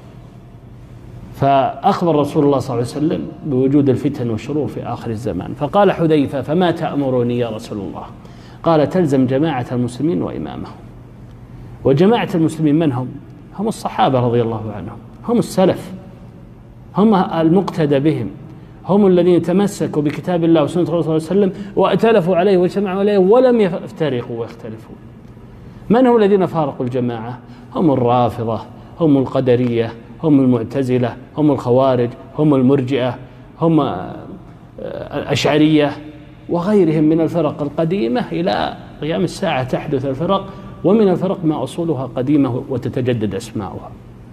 فأخبر رسول الله صلى الله عليه وسلم بوجود الفتن والشرور في آخر الزمان. فقال حذيفة فما تأمرني يا رسول الله؟ قال تلزم جماعة المسلمين وإمامهم. وجماعة المسلمين من هم؟ هم الصحابة رضي الله عنهم، هم السلف، هم المقتدى بهم، هم الذين تمسكوا بكتاب الله وسنة رسول الله صلى الله عليه وسلم وائتلفوا عليه واجتمعوا عليه ولم يفترقوا ويختلفوا. من هم الذين فارقوا الجماعة؟ هم الرافضة، هم القدرية، هم المعتزلة، هم الخوارج، هم المرجئة، هم الأشعرية وغيرهم من الفرق القديمة. إلى قيام الساعة تحدث الفرق، ومن الفرق ما أصولها قديمة وتتجدد أسماؤها.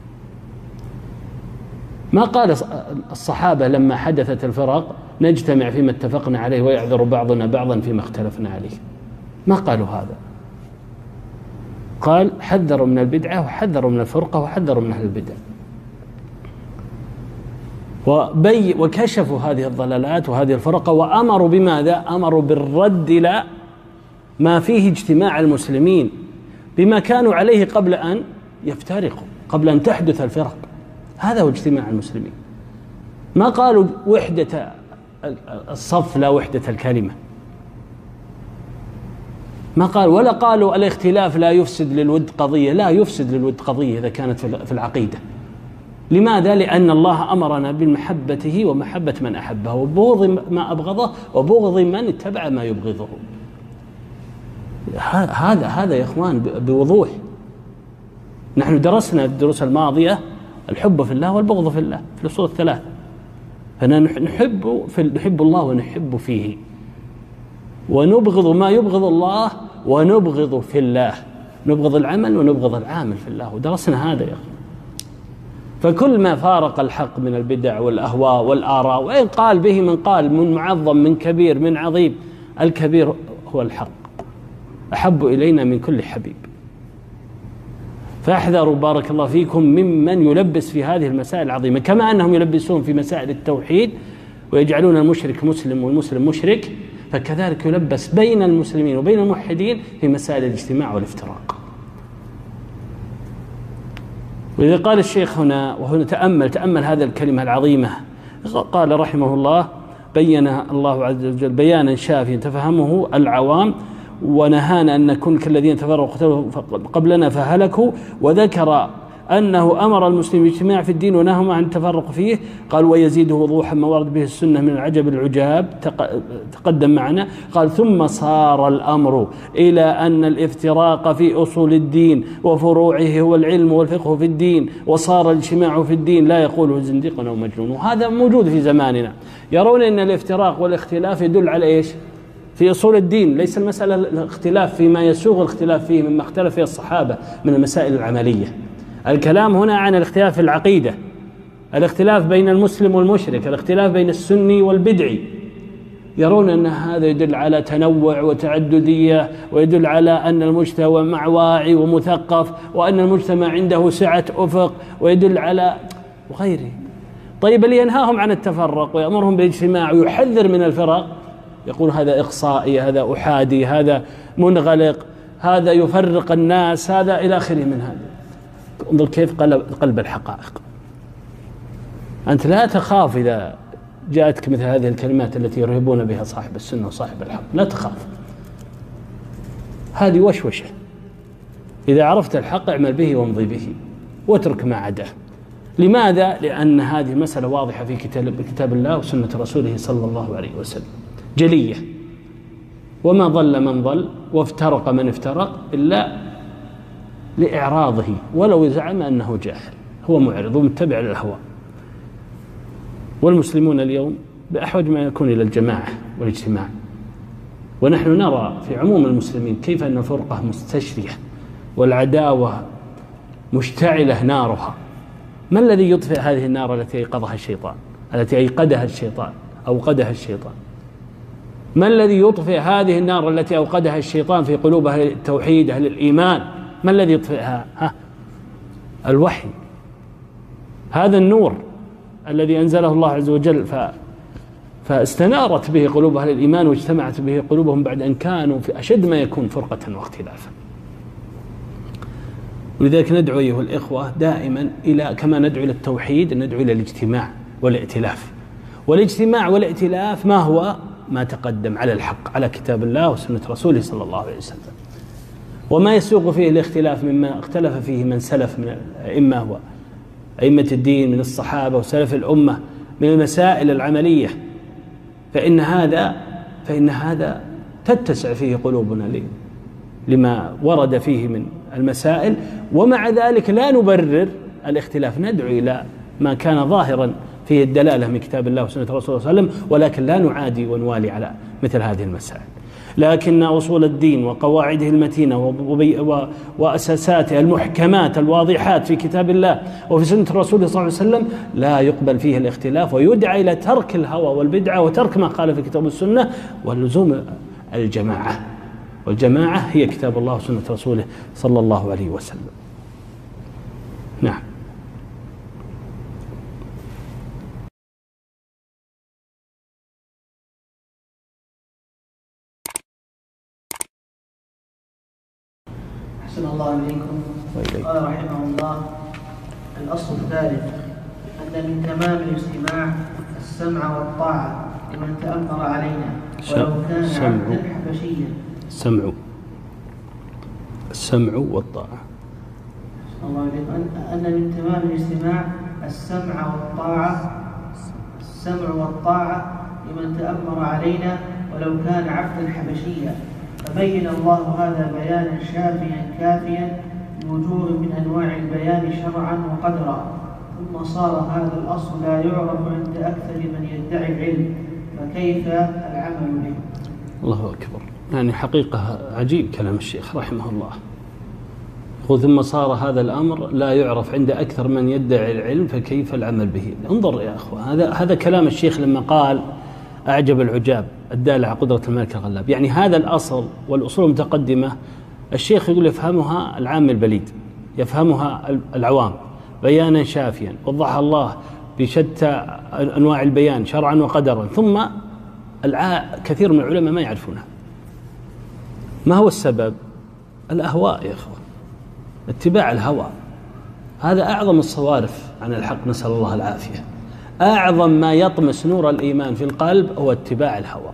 ما قال الصحابة لما حدثت الفرق نجتمع فيما اتفقنا عليه ويعذر بعضنا بعضا فيما اختلفنا عليه، ما قالوا هذا. قال حذروا من البدعة وحذروا من الفرقة وحذروا من أهل البدع، وبي وكشفوا هذه الضلالات وهذه الفرقة، وأمروا بماذا؟ أمروا بالرد إلى ما فيه اجتماع المسلمين بما كانوا عليه قبل أن يفترقوا، قبل أن تحدث الفرق. هذا هو اجتماع المسلمين. ما قالوا وحدة الصف لا وحدة الكلمة، ما قال، ولا قالوا الاختلاف لا يفسد للود قضية. لا يفسد للود قضية إذا كانت في العقيدة. لماذا؟ لأن الله أمرنا بمحبته ومحبة من أحبه، وبغض ما أبغضه وبغض من اتبع ما يبغضه. هذا هذا يا إخوان بوضوح. نحن درسنا في الدروس الماضية الحب في الله والبغض في الله في الأصول الثلاث. فنحب في نحب الله ونحب فيه، ونبغض ما يبغض الله ونبغض في الله. نبغض العمل ونبغض العامل في الله، ودرسنا هذا يا أخي. فكل ما فارق الحق من البدع والأهواء والآراء، وإن قال به من قال، من معظم من كبير من عظيم، الكبير هو الحق أحب إلينا من كل حبيب. فاحذروا بارك الله فيكم ممن يلبس في هذه المسائل العظيمة، كما أنهم يلبسون في مسائل التوحيد ويجعلون المشرك مسلم والمسلم مشرك، فكذلك يلبس بين المسلمين وبين الموحدين في مسائل الاجتماع والافتراق. وإذا قال الشيخ هنا، وهنا تأمل تأمل هذه الكلمة العظيمة، قال رحمه الله: بين الله عز وجل بيانا شافيا تفهمه العوام، ونهانا أن نكون كالذين تفرقوا قبلنا فهلكوا، وذكر أنه أمر المسلمين بالاجتماع في الدين ونهاهم عن التفرق فيه. قال: ويزيده وضوحا ما ورد به السنة من العجب العجاب تقدم معنا. قال: ثم صار الأمر إلى أن الافتراق في أصول الدين وفروعه هو العلم والفقه في الدين، وصار الاجتماع في الدين لا يقوله زنديق أو مجنون. وهذا موجود في زماننا، يرون أن الافتراق والاختلاف يدل على إيش؟ في أصول الدين. ليس المسألة الاختلاف فيما يسوغ الاختلاف فيه مما اختلف فيه الصحابة من المسائل العملية. الكلام هنا عن الاختلاف في العقيدة، الاختلاف بين المسلم والمشرك، الاختلاف بين السني والبدعي. يرون أن هذا يدل على تنوع وتعددية، ويدل على أن المجتمع واعي ومثقف، وأن المجتمع عنده سعة أفق، ويدل على وغيره. طيب اللي ينهاهم عن التفرق ويأمرهم بالاجتماع ويحذر من الفرق، يقول هذا إقصائي، هذا أحادي، هذا منغلق، هذا يفرق الناس، هذا إلى آخره من هذا. انظر كيف قلب, قلب الحقائق. أنت لا تخاف إذا جاءتك مثل هذه الكلمات التي يرهبون بها صاحب السنة وصاحب الحق، لا تخاف، هذه وشوشة. إذا عرفت الحق اعمل به وامضي به واترك ما عداه. لماذا؟ لأن هذه مسألة واضحة في كتاب, كتاب الله وسنة رسوله صلى الله عليه وسلم، جلية. وما ضل من ضل وافترق من افترق إلا لإعراضه، ولو زعم أنه جاهل، هو معرض ومتبع للهوى. والمسلمون اليوم بأحوج ما يكون إلى الجماعة والاجتماع، ونحن نرى في عموم المسلمين كيف أن الفرقة مستشرية والعداوة مشتعلة نارها. ما الذي يطفئ هذه النار التي أيقظها الشيطان، التي أيقدها الشيطان أوقدها الشيطان؟ ما الذي يطفئ هذه النار التي أوقدها الشيطان في قلوب أهل التوحيد أهل الإيمان؟ ما الذي يطفئها؟ ها؟ الوحي، هذا النور الذي أنزله الله عز وجل، ف... فاستنارت به قلوب أهل الإيمان واجتمعت به قلوبهم بعد أن كانوا في أشد ما يكون فرقة واختلافا. ولذلك ندعو أيها الإخوة دائما إلى، كما ندعو إلى التوحيد، ندعو إلى الاجتماع والائتلاف. والاجتماع والائتلاف ما هو؟ ما تقدم على الحق، على كتاب الله وسنة رسوله صلى الله عليه وسلم. وما يسوق فيه الاختلاف مما اختلف فيه من سلف من الأئمة وأئمة الدين من الصحابة وسلف الأمة من المسائل العملية، فإن هذا فإن هذا تتسع فيه قلوبنا لما ورد فيه من المسائل. ومع ذلك لا نبرر الاختلاف، ندعو إلى ما كان ظاهرا فيه الدلالة من كتاب الله وسنة رسوله صلى الله عليه وسلم، ولكن لا نعادي ونوالي على مثل هذه المسائل. لكن أصول الدين وقواعده المتينة وأساساته المحكمات الواضحات في كتاب الله وفي سنة رسوله صلى الله عليه وسلم لا يقبل فيه الاختلاف، ويدعى إلى ترك الهوى والبدعة وترك ما قال في كتاب السنة واللزوم الجماعة. والجماعة هي كتاب الله وسنة رسوله صلى الله عليه وسلم. نعم. أحسن الله إليكم. قال رحمه الله: الأصل الثالث أن من تمام الاجتماع السمع والطاعة لمن تأمر علينا ولو كان عبدا حبشيا. السمع السمع والطاعة. الله عليكم. أن من تمام الاجتماع السمع والطاعة السمع والطاعة لمن تأمر علينا ولو كان عبدا حبشيا، فبين الله هذا بيانا شافيا كافيا بوجوه من أنواع البيان شرعا وقدرا، ثم صار هذا الأصل لا يعرف عند أكثر من يدعي العلم، فكيف العمل به؟ الله أكبر. يعني حقيقة عجيب كلام الشيخ رحمه الله. يقول ثم صار هذا الأمر لا يعرف عند أكثر من يدعي العلم فكيف العمل به. انظر يا أخوة، هذا هذا كلام الشيخ لما قال أعجب العجاب الدالة على قدرة الملك الغلاب. يعني هذا الأصل والأصول المتقدمة الشيخ يقول يفهمها العام البليد، يفهمها العوام بيانا شافيا وضحها الله بشتى أنواع البيان شرعا وقدرا، ثم كثير من العلماء ما يعرفونها. ما هو السبب؟ الأهواء يا أخوة، اتباع الهوى. هذا أعظم الصوارف عن الحق، نسأل الله العافية. أعظم ما يطمس نور الإيمان في القلب هو اتباع الهوى،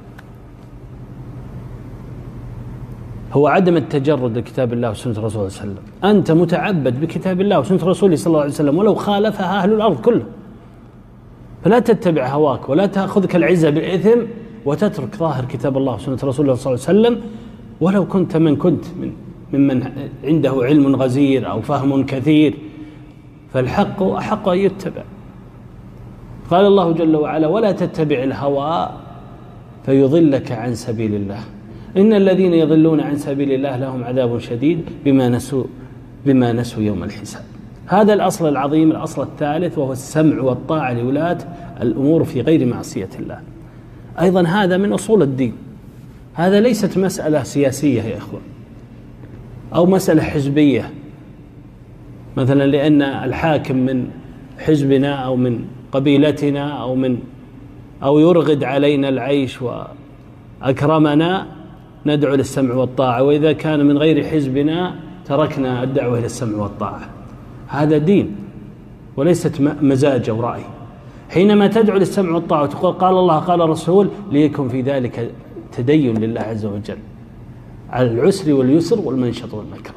هو عدم التجرد لكتاب الله وسنة رسوله صلى الله عليه وسلم. أنت متعبد بكتاب الله وسنة رسوله صلى الله عليه وسلم ولو خالفها أهل الأرض كله، فلا تتبع هواك ولا تأخذك العزة بالإثم وتترك ظاهر كتاب الله وسنة رسوله صلى الله عليه وسلم ولو كنت من كنت من ممن عنده علم غزير أو فهم كثير، فالحق أحق أن يتبع. قال الله جل وعلا: ولا تتبع الهوى فيضلك عن سبيل الله، إن الذين يضلون عن سبيل الله لهم عذاب شديد بما نسوا بما نسوا يوم الحساب. هذا الأصل العظيم، الأصل الثالث، وهو السمع والطاعة لولاة الأمور في غير معصية الله. أيضا هذا من أصول الدين. هذا ليست مسألة سياسية يا إخوة أو مسألة حزبية، مثلا لأن الحاكم من حزبنا أو من قبيلتنا أو من أو يرغد علينا العيش وأكرمنا ندعو للسمع والطاعة، وإذا كان من غير حزبنا تركنا الدعوة للسمع والطاعة. هذا دين وليست مزاج أو رأي. حينما تدعو للسمع والطاعة وتقول قال الله قال الرسول، ليكن في ذلك تدين لله عز وجل على العسر واليسر والمنشط والمكره.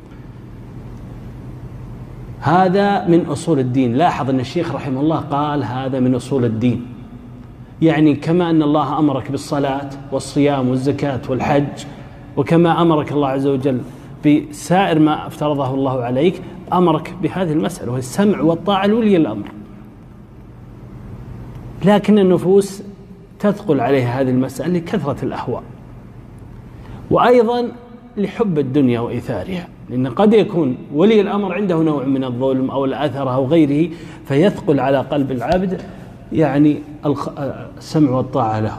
هذا من أصول الدين. لاحظ أن الشيخ رحمه الله قال هذا من أصول الدين، يعني كما أن الله أمرك بالصلاة والصيام والزكاة والحج، وكما أمرك الله عز وجل بسائر ما افترضه الله عليك، أمرك بهذه المسألة وهي السمع والطاعة لولي الأمر. لكن النفوس تثقل عليها هذه المسألة لكثرة الأهواء، وأيضا لحب الدنيا وإيثارها، لأن قد يكون ولي الأمر عنده نوع من الظلم أو الأثر أو غيره فيثقل على قلب العبد يعني السمع والطاعة له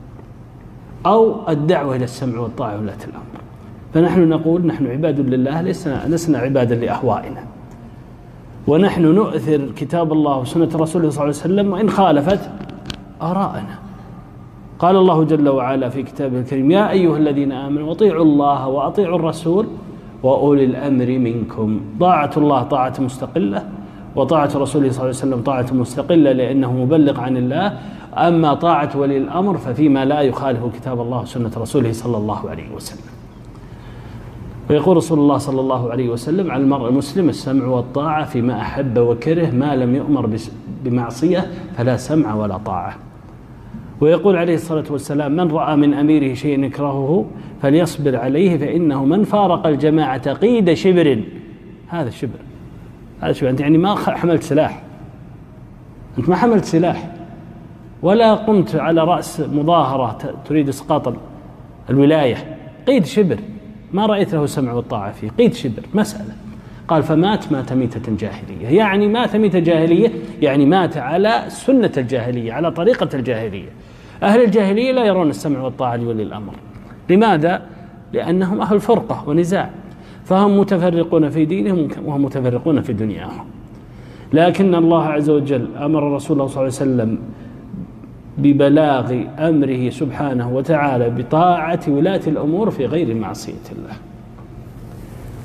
أو الدعوة إلى السمع والطاعة ولاة الأمر. فنحن نقول نحن عباد لله، لسنا عبادا لأهوائنا، ونحن نؤثر كتاب الله وسنة رسوله صلى الله عليه وسلم وإن خالفت آراءنا. قال الله جل وعلا في كتابه الكريم: يا أيها الذين آمنوا أطيعوا الله وأطيعوا الرسول وأولي الأمر منكم. طاعة الله طاعة مستقلة، وطاعة رسوله صلى الله عليه وسلم طاعة مستقلة لأنه مبلغ عن الله. أما طاعة ولي الأمر ففيما لا يخالف كتاب الله وسنة رسوله صلى الله عليه وسلم. ويقول رسول الله صلى الله عليه وسلم: على المرء المسلم السمع والطاعة فيما أحب وكره، ما لم يؤمر بمعصية فلا سمع ولا طاعة. ويقول عليه الصلاة والسلام: من رأى من أميره شيء يكرهه فليصبر عليه، فإنه من فارق الجماعة قيد شبر. هذا شبر، هذا شبر. أنت يعني ما حملت سلاح، أنت ما حملت سلاح ولا قمت على رأس مظاهرة تريد إسقاط الولاية. قيد شبر ما رأيت له سمع والطاعة فيه، قيد شبر مسألة. قال: فمات مات ميتة جاهلية. يعني مات ميتة جاهلية، يعني مات على سنة الجاهلية، على طريقة الجاهلية. أهل الجاهلية لا يرون السمع والطاعة لولي الأمر. لماذا؟ لأنهم أهل فرقة ونزاع، فهم متفرقون في دينهم وهم متفرقون في دنياهم. لكن الله عز وجل أمر رسوله صلى الله عليه وسلم ببلاغ أمره سبحانه وتعالى بطاعة ولاة الأمور في غير معصية الله.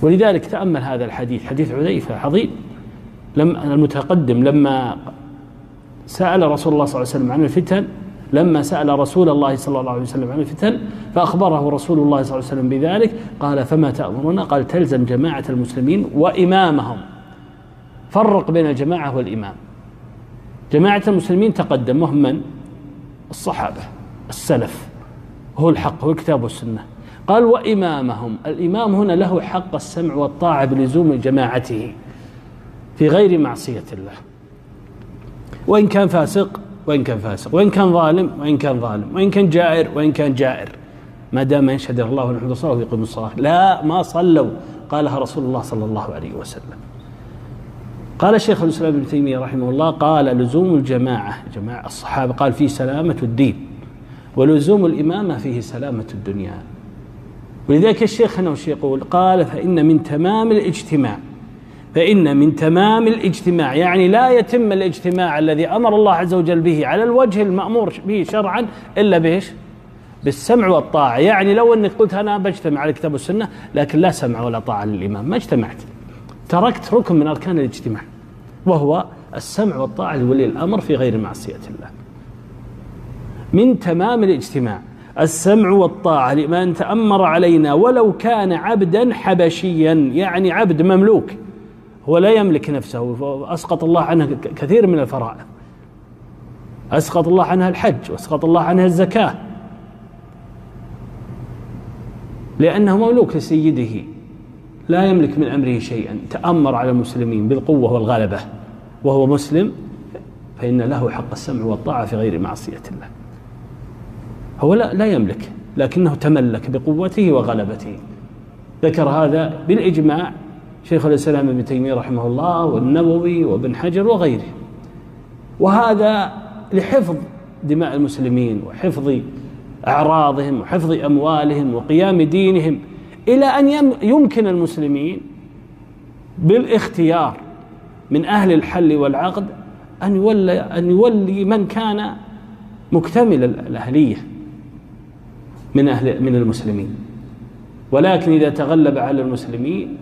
ولذلك تأمل هذا الحديث، حديث حذيفة عظيم، لما المتقدم لما سأل رسول الله صلى الله عليه وسلم عن الفتن، لما سأل رسول الله صلى الله عليه وسلم عن الفتن فأخبره رسول الله صلى الله عليه وسلم بذلك، قال فما تأمرنا؟ قال تلزم جماعة المسلمين وإمامهم. فرق بين الجماعة والإمام. جماعة المسلمين تقدم وهم من؟ الصحابة السلف، هو الحق، هو الكتاب والسنة. قال وإمامهم، الإمام هنا له حق السمع والطاعة بلزوم جماعته في غير معصية الله، وإن كان فاسق وإن كان فاسق، وإن كان ظالم وإن كان ظالم، وإن كان جائر وإن كان جائر، ما دام يشهد الله ونحمد الصلاة ويقيم الصلاة. لا، ما صلوا، قالها رسول الله صلى الله عليه وسلم. قال الشيخ الإسلام ابن تيمية رحمه الله قال لزوم الجماعة، جماعة الصحابة، قال فيه سلامة الدين، ولزوم الإمامة فيه سلامة الدنيا. ولذلك الشيخ هنا وش يقول؟ قال فإن من تمام الاجتماع، فإن من تمام الاجتماع يعني لا يتم الاجتماع الذي أمر الله عز وجل به على الوجه المأمور به شرعا إلا بإيش؟ بالسمع والطاعة. يعني لو أنك قلت أنا بجتمع على الكتاب والسنة لكن لا سمع ولا طاعة للإمام، ما اجتمعت، تركت ركن من أركان الاجتماع، وهو السمع والطاعة لولي الأمر في غير معصية الله. من تمام الاجتماع السمع والطاعة لمن تأمر علينا ولو كان عبدا حبشيا، يعني عبد مملوك هو لا يملك نفسه، أسقط الله عنه كثير من الفرائض، أسقط الله عنها الحج وأسقط الله عنها الزكاة، لأنه مملوك لسيده لا يملك من أمره شيئا، تأمر على المسلمين بالقوة والغلبة وهو مسلم، فإن له حق السمع والطاعة في غير معصية الله. هو لا, لا يملك، لكنه تملك بقوته وغلبته. ذكر هذا بالإجماع شيخ الإسلام ابن تيمية رحمه الله والنووي وابن حجر وغيره. وهذا لحفظ دماء المسلمين وحفظ أعراضهم وحفظ أموالهم وقيام دينهم، إلى أن يمكن المسلمين بالاختيار من أهل الحل والعقد أن يولي, أن يولي من كان مكتمل الأهلية من أهل من المسلمين. ولكن إذا تغلب على المسلمين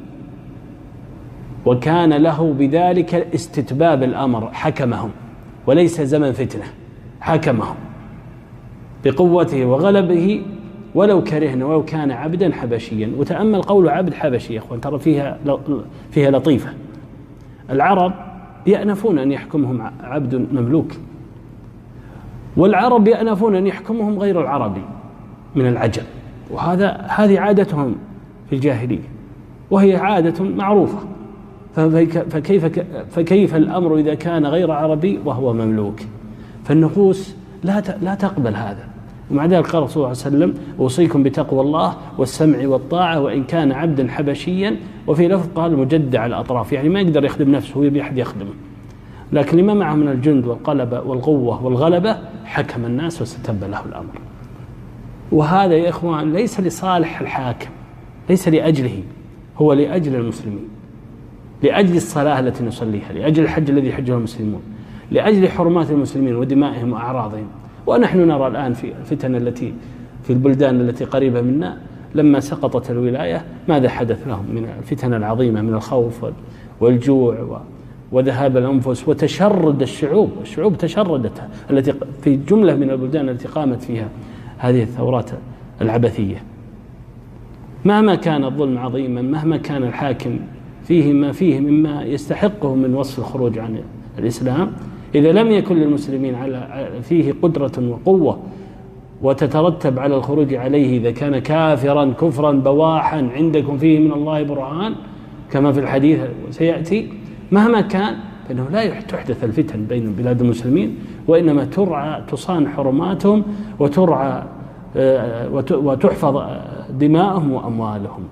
وكان له بذلك استتباب الأمر حكمهم، وليس زمن فتنة، حكمهم بقوته وغلبه ولو كرهنا ولو كان عبدا حبشيا. وتأمل قول عبد حبشي يا أخوان، ترى فيها فيها لطيفة. العرب يأنفون أن يحكمهم عبد مملوك، والعرب يأنفون أن يحكمهم غير العربي من العجم، وهذا هذه عادتهم في الجاهلية وهي عادة معروفة. فكيف فكيف الأمر إذا كان غير عربي وهو مملوك؟ فالنفوس لا لا تقبل هذا. ومع ذلك قال صلى الله عليه وسلم أوصيكم بتقوى الله والسمع والطاعة وإن كان عبدا حبشيا، وفي لفظ قال مجدع الأطراف، يعني ما يقدر يخدم نفسه، هو يبي أحد يخدمه، لكن لما معه من الجند والقلبة والقوة والغلبة حكم الناس واستتب له الأمر. وهذا يا إخوان ليس لصالح الحاكم، ليس لأجله، هو لأجل المسلمين، لأجل الصلاة التي نصليها، لأجل الحج الذي يحجه المسلمون، لأجل حرمات المسلمين ودمائهم وأعراضهم. ونحن نرى الآن في الفتن التي في البلدان التي قريبة منا، لما سقطت الولاية ماذا حدث لهم من الفتن العظيمة من الخوف والجوع وذهاب الأنفس وتشرد الشعوب. الشعوب تشردت التي في جملة من البلدان التي قامت فيها هذه الثورات العبثية. مهما كان الظلم عظيما، مهما كان الحاكم فيه ما فيه مما يستحقه من وصف الخروج عن الإسلام، إذا لم يكن للمسلمين على فيه قدرة وقوة وتترتب على الخروج عليه إذا كان كافرا كفرا بواحا عندكم فيه من الله برهان كما في الحديث سيأتي، مهما كان فإنه لا تحدث الفتن بين بلاد المسلمين، وإنما ترعى تصان حرماتهم وترعى وتحفظ دماءهم وأموالهم،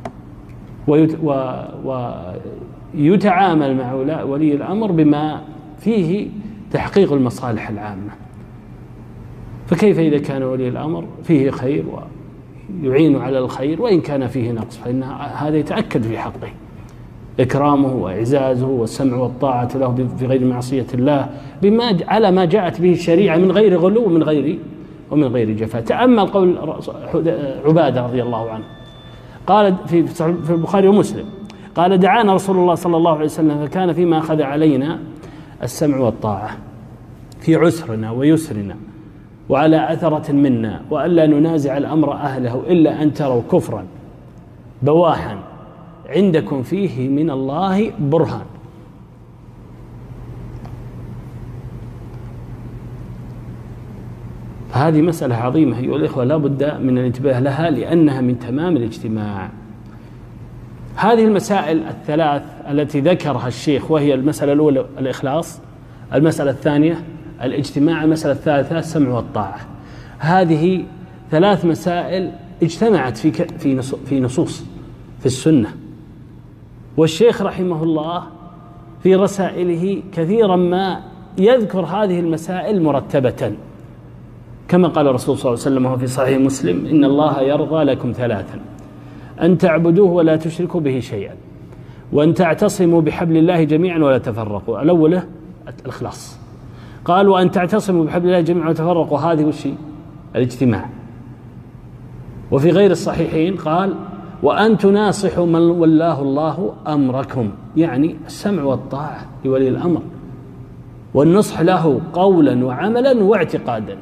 ويتعامل مع ولي الأمر بما فيه تحقيق المصالح العامة. فكيف إذا كان ولي الأمر فيه خير ويعين على الخير، وإن كان فيه نقص فإن هذا يتأكد في حقه إكرامه وإعزازه والسمع والطاعة له في غير معصية الله بما على ما جاءت به الشريعة من غير غلو ومن غير ومن غير جفاء. تأمل قول عبادة رضي الله عنه، قال في في البخاري ومسلم قال دعانا رسول الله صلى الله عليه وسلم فكان فيما أخذ علينا السمع والطاعة في عسرنا ويسرنا وعلى أثرة منا وألا ننازع الأمر أهله إلا أن تروا كفرا بواحا عندكم فيه من الله برهان. هذه مسألة عظيمة أيها الإخوة لا بد من الانتباه لها لأنها من تمام الاجتماع. هذه المسائل الثلاث التي ذكرها الشيخ وهي المسألة الأولى الإخلاص، المسألة الثانية الاجتماع، المسألة الثالثة السمع والطاعة. هذه ثلاث مسائل اجتمعت في في في نصوص في السنة، والشيخ رحمه الله في رسائله كثيرا ما يذكر هذه المسائل مرتبة كما قال الرسول صلى الله عليه وسلم وهو في صحيح مسلم إن الله يرضى لكم ثلاثا أن تعبدوه ولا تشركوا به شيئا وأن تعتصموا بحبل الله جميعا ولا تفرقوا. الأولى الإخلاص، قال وأن تعتصموا بحبل الله جميعا ولا تفرقوا، هذه وش الاجتماع. وفي غير الصحيحين قال وأن تناصحوا من ولاه الله أمركم، يعني السمع والطاعة لولي الأمر والنصح له قولا وعملا واعتقادا.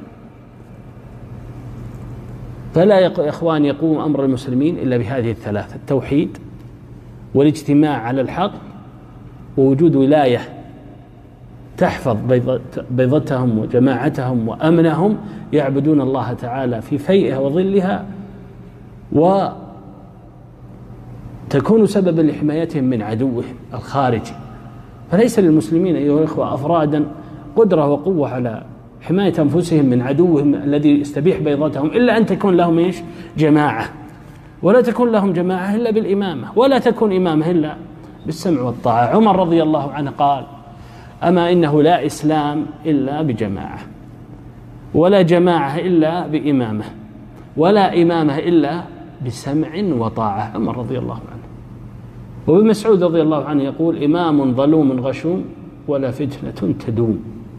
فلا يا إخوان يقوم أمر المسلمين إلا بهذه الثلاثة: التوحيد والاجتماع على الحق ووجود ولاية تحفظ بيضتهم وجماعتهم وأمنهم يعبدون الله تعالى في فيئها وظلها وتكون سببا لحمايتهم من عدوهم الخارجي. فليس للمسلمين أيها الإخوة أفرادا قدرة وقوة على حماية أنفسهم من عدوهم الذي يستبيح بيضتهم إلا أن تكون لهم إيش؟ جماعة. ولا تكون لهم جماعة إلا بالإمامة، ولا تكون إمامة إلا بالسمع والطاعة. عمر رضي الله عنه قال أما إنه لا إسلام إلا بجماعة، ولا جماعة إلا بإمامة، ولا إمامة إلا بسمع وطاعة. عمر رضي الله عنه. وابن مسعود رضي الله عنه يقول إمام ظلوم غشوم ولا فتنة تدوم.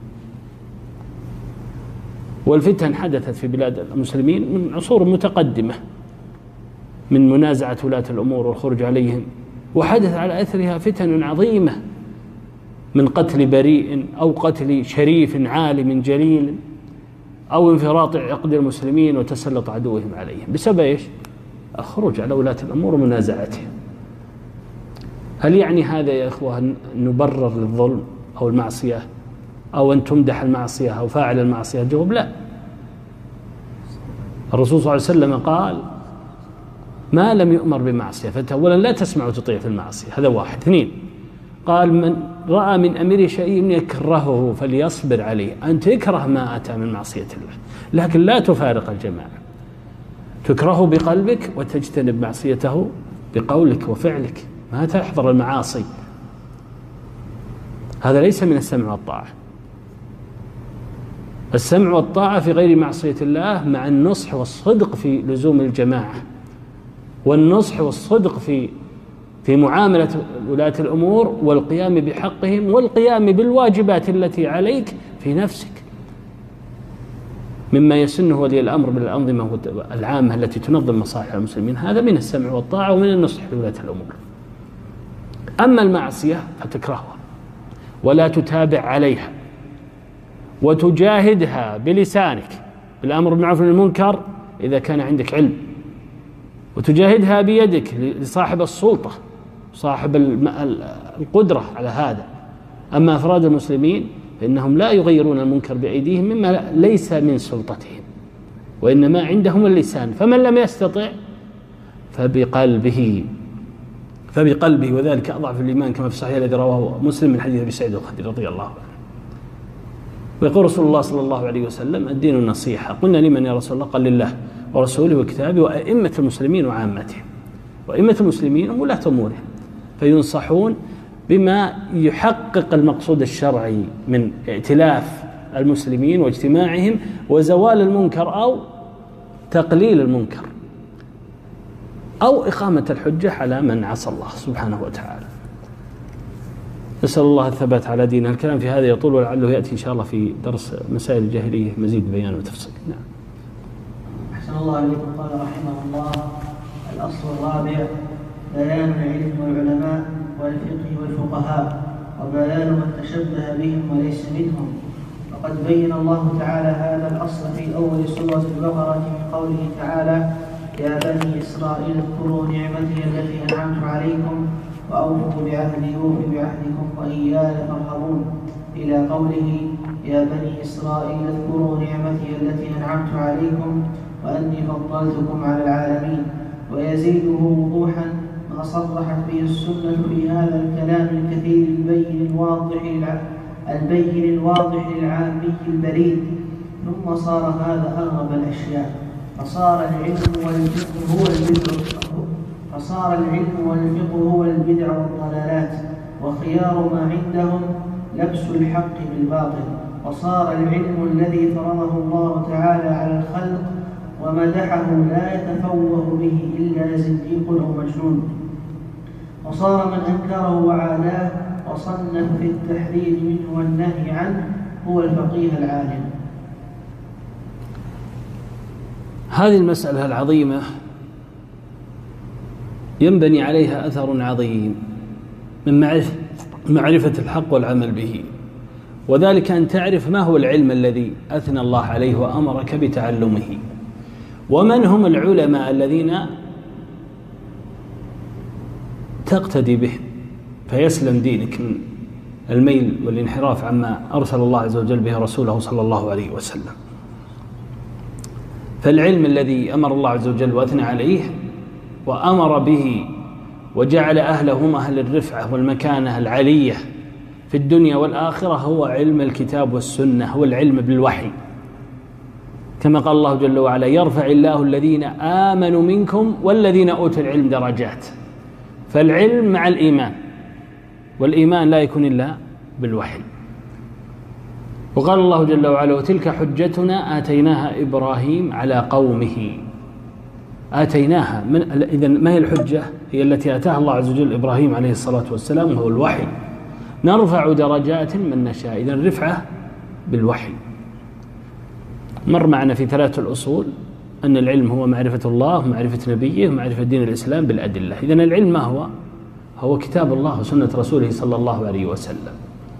والفتن حدثت في بلاد المسلمين من عصور متقدمة من منازعة ولاة الأمور والخروج عليهم، وحدث على أثرها فتن عظيمة من قتل بريء أو قتل شريف عالم جليل أو انفراط عقد المسلمين وتسلط عدوهم عليهم بسبب إيش؟ الخروج على ولاة الأمور ومنازعتهم. هل يعني هذا يا إخوة أن نبرر للظلم أو المعصية أو أن تمدح المعصية أو فاعل المعصية؟ الجواب لا. الرسول صلى الله عليه وسلم قال ما لم يؤمر بمعصية فأولا لا تسمع وتطيع في المعصية، هذا واحد. اثنين قال من رأى من أمير شيء يكرهه فليصبر عليه. أن تكره ما أتى من معصية الله لكن لا تفارق الجماعة، تكرهه بقلبك وتجتنب معصيته بقولك وفعلك، ما تحضر المعاصي. هذا ليس من السمع والطاعة. السمع والطاعة في غير معصية الله مع النصح والصدق في لزوم الجماعة، والنصح والصدق في في معاملة ولاة الأمور والقيام بحقهم والقيام بالواجبات التي عليك في نفسك مما يسنه ولي الأمر بالأنظمة العامة التي تنظم مصالح المسلمين. هذا من السمع والطاعة ومن النصح لولاة الأمور. أما المعصية فتكرهها ولا تتابع عليها وتجاهدها بلسانك بالأمر بالمعروف والنهي عن المنكر إذا كان عندك علم، وتجاهدها بيدك لصاحب السلطة صاحب القدرة على هذا. أما أفراد المسلمين فإنهم لا يغيرون المنكر بأيديهم مما ليس من سلطتهم، وإنما عندهم اللسان. فمن لم يستطع فبقلبه فبقلبه وذلك أضعف الإيمان كما في الصحيح الذي رواه مسلم من حديث أبي سعيد الخدري رضي الله عنه. ويقول رسول الله صلى الله عليه وسلم الدين النصيحة. قلنا لمن يا رسول الله؟ قال لله ورسوله وكتابه وأئمة المسلمين وعامتهم. وأئمة المسلمين هم ولاة أمورهم فينصحون بما يحقق المقصود الشرعي من ائتلاف المسلمين واجتماعهم وزوال المنكر أو تقليل المنكر أو إقامة الحجة على من عصى الله سبحانه وتعالى. نسأل الله الثبات على دينه. الكلام في هذا يطول ولعله يأتي إن شاء الله في درس مسائل الجاهلية مزيد بيان وتفصيل. نعم. أحسن الله عليكم. قال رحمه الله الأصل الرابع بيان العلم والعلماء والفقه والفقهاء وبيان من تشبه بهم وليس منهم. وقد بين الله تعالى هذا الأصل في أول سورة البقرة في قوله تعالى: يا بني إسرائيل اذكروا نعمتي التي أنعمت عليكم وأوفوا بعهدي أوف بعهدكم وإياي فارهبون، إلى قوله: يا بني إسرائيل اذكروا نعمتي التي أنعمت عليكم وأني فضلتكم على العالمين. ويزيده وضوحا ما صرحت به السنة في هذا الكلام الكثير البين الواضح البين الواضح للعامي البليد. ثم صار هذا أغرب الأشياء، فصار العلم والفقه هو البدع فصار العلم والفقه هو البدع والضلالات، وخيار ما عندهم لبس الحق بالباطل. وصار العلم الذي فرضه الله تعالى على الخلق ومدحه لا يتفوه به إلا زنديق أو مجنون. وصار من أنكره وعاداه وصنف في التحذير منه والنهي عنه هو الفقيه العالم. هذه المسألة العظيمة ينبني عليها أثر عظيم من معرفة الحق والعمل به، وذلك أن تعرف ما هو العلم الذي أثنى الله عليه وأمرك بتعلمه، ومن هم العلماء الذين تقتدي بهم فيسلم دينك من الميل والانحراف عما أرسل الله عز وجل به رسوله صلى الله عليه وسلم. فالعلم الذي أمر الله عز وجل وأثنى عليه وأمر به وجعل أهله أهل الرفعة والمكانة العلية في الدنيا والآخرة هو علم الكتاب والسنة، هو العلم بالوحي، كما قال الله جل وعلا: يرفع الله الذين آمنوا منكم والذين أوتوا العلم درجات. فالعلم مع الإيمان، والإيمان لا يكون إلا بالوحي. وقال الله جل وعلا: وتلك حجتنا آتيناها إبراهيم على قومه. آتيناها من إذن ما هي الحجة؟ هي التي آتاها الله عز وجل إبراهيم عليه الصلاة والسلام، وهو الوحي. نرفع درجات من نشاء، إذن الرفعة بالوحي. مر معنا في ثلاث الأصول أن العلم هو معرفة الله ومعرفة نبيه ومعرفة دين الإسلام بالأدلة. إذن العلم ما هو؟ هو كتاب الله وسنة رسوله صلى الله عليه وسلم.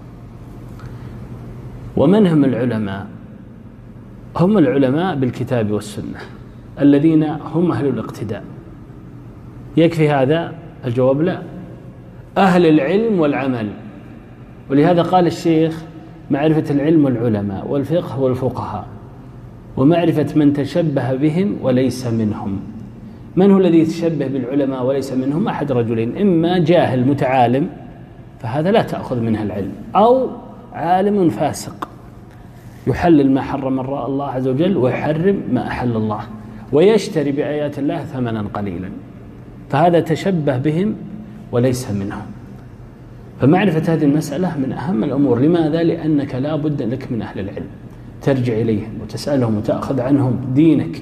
ومن هم العلماء؟ هم العلماء بالكتاب والسنة الذين هم أهل الاقتداء. يكفي هذا؟ الجواب لا، أهل العلم والعمل. ولهذا قال الشيخ: معرفة العلم والعلماء والفقه والفقهاء ومعرفة من تشبه بهم وليس منهم. من هو الذي يتشبه بالعلماء وليس منهم؟ أحد رجلين: إما جاهل متعالم فهذا لا تأخذ منه العلم، أو عالم فاسق يحلل ما حرم الله عز وجل ويحرم ما أحل الله ويشتري بآيات الله ثمنا قليلا، فهذا تشبه بهم وليس منهم. فمعرفة هذه المسألة من أهم الأمور. لماذا؟ لأنك لا بد لك من أهل العلم ترجع إليهم وتسألهم وتأخذ عنهم دينك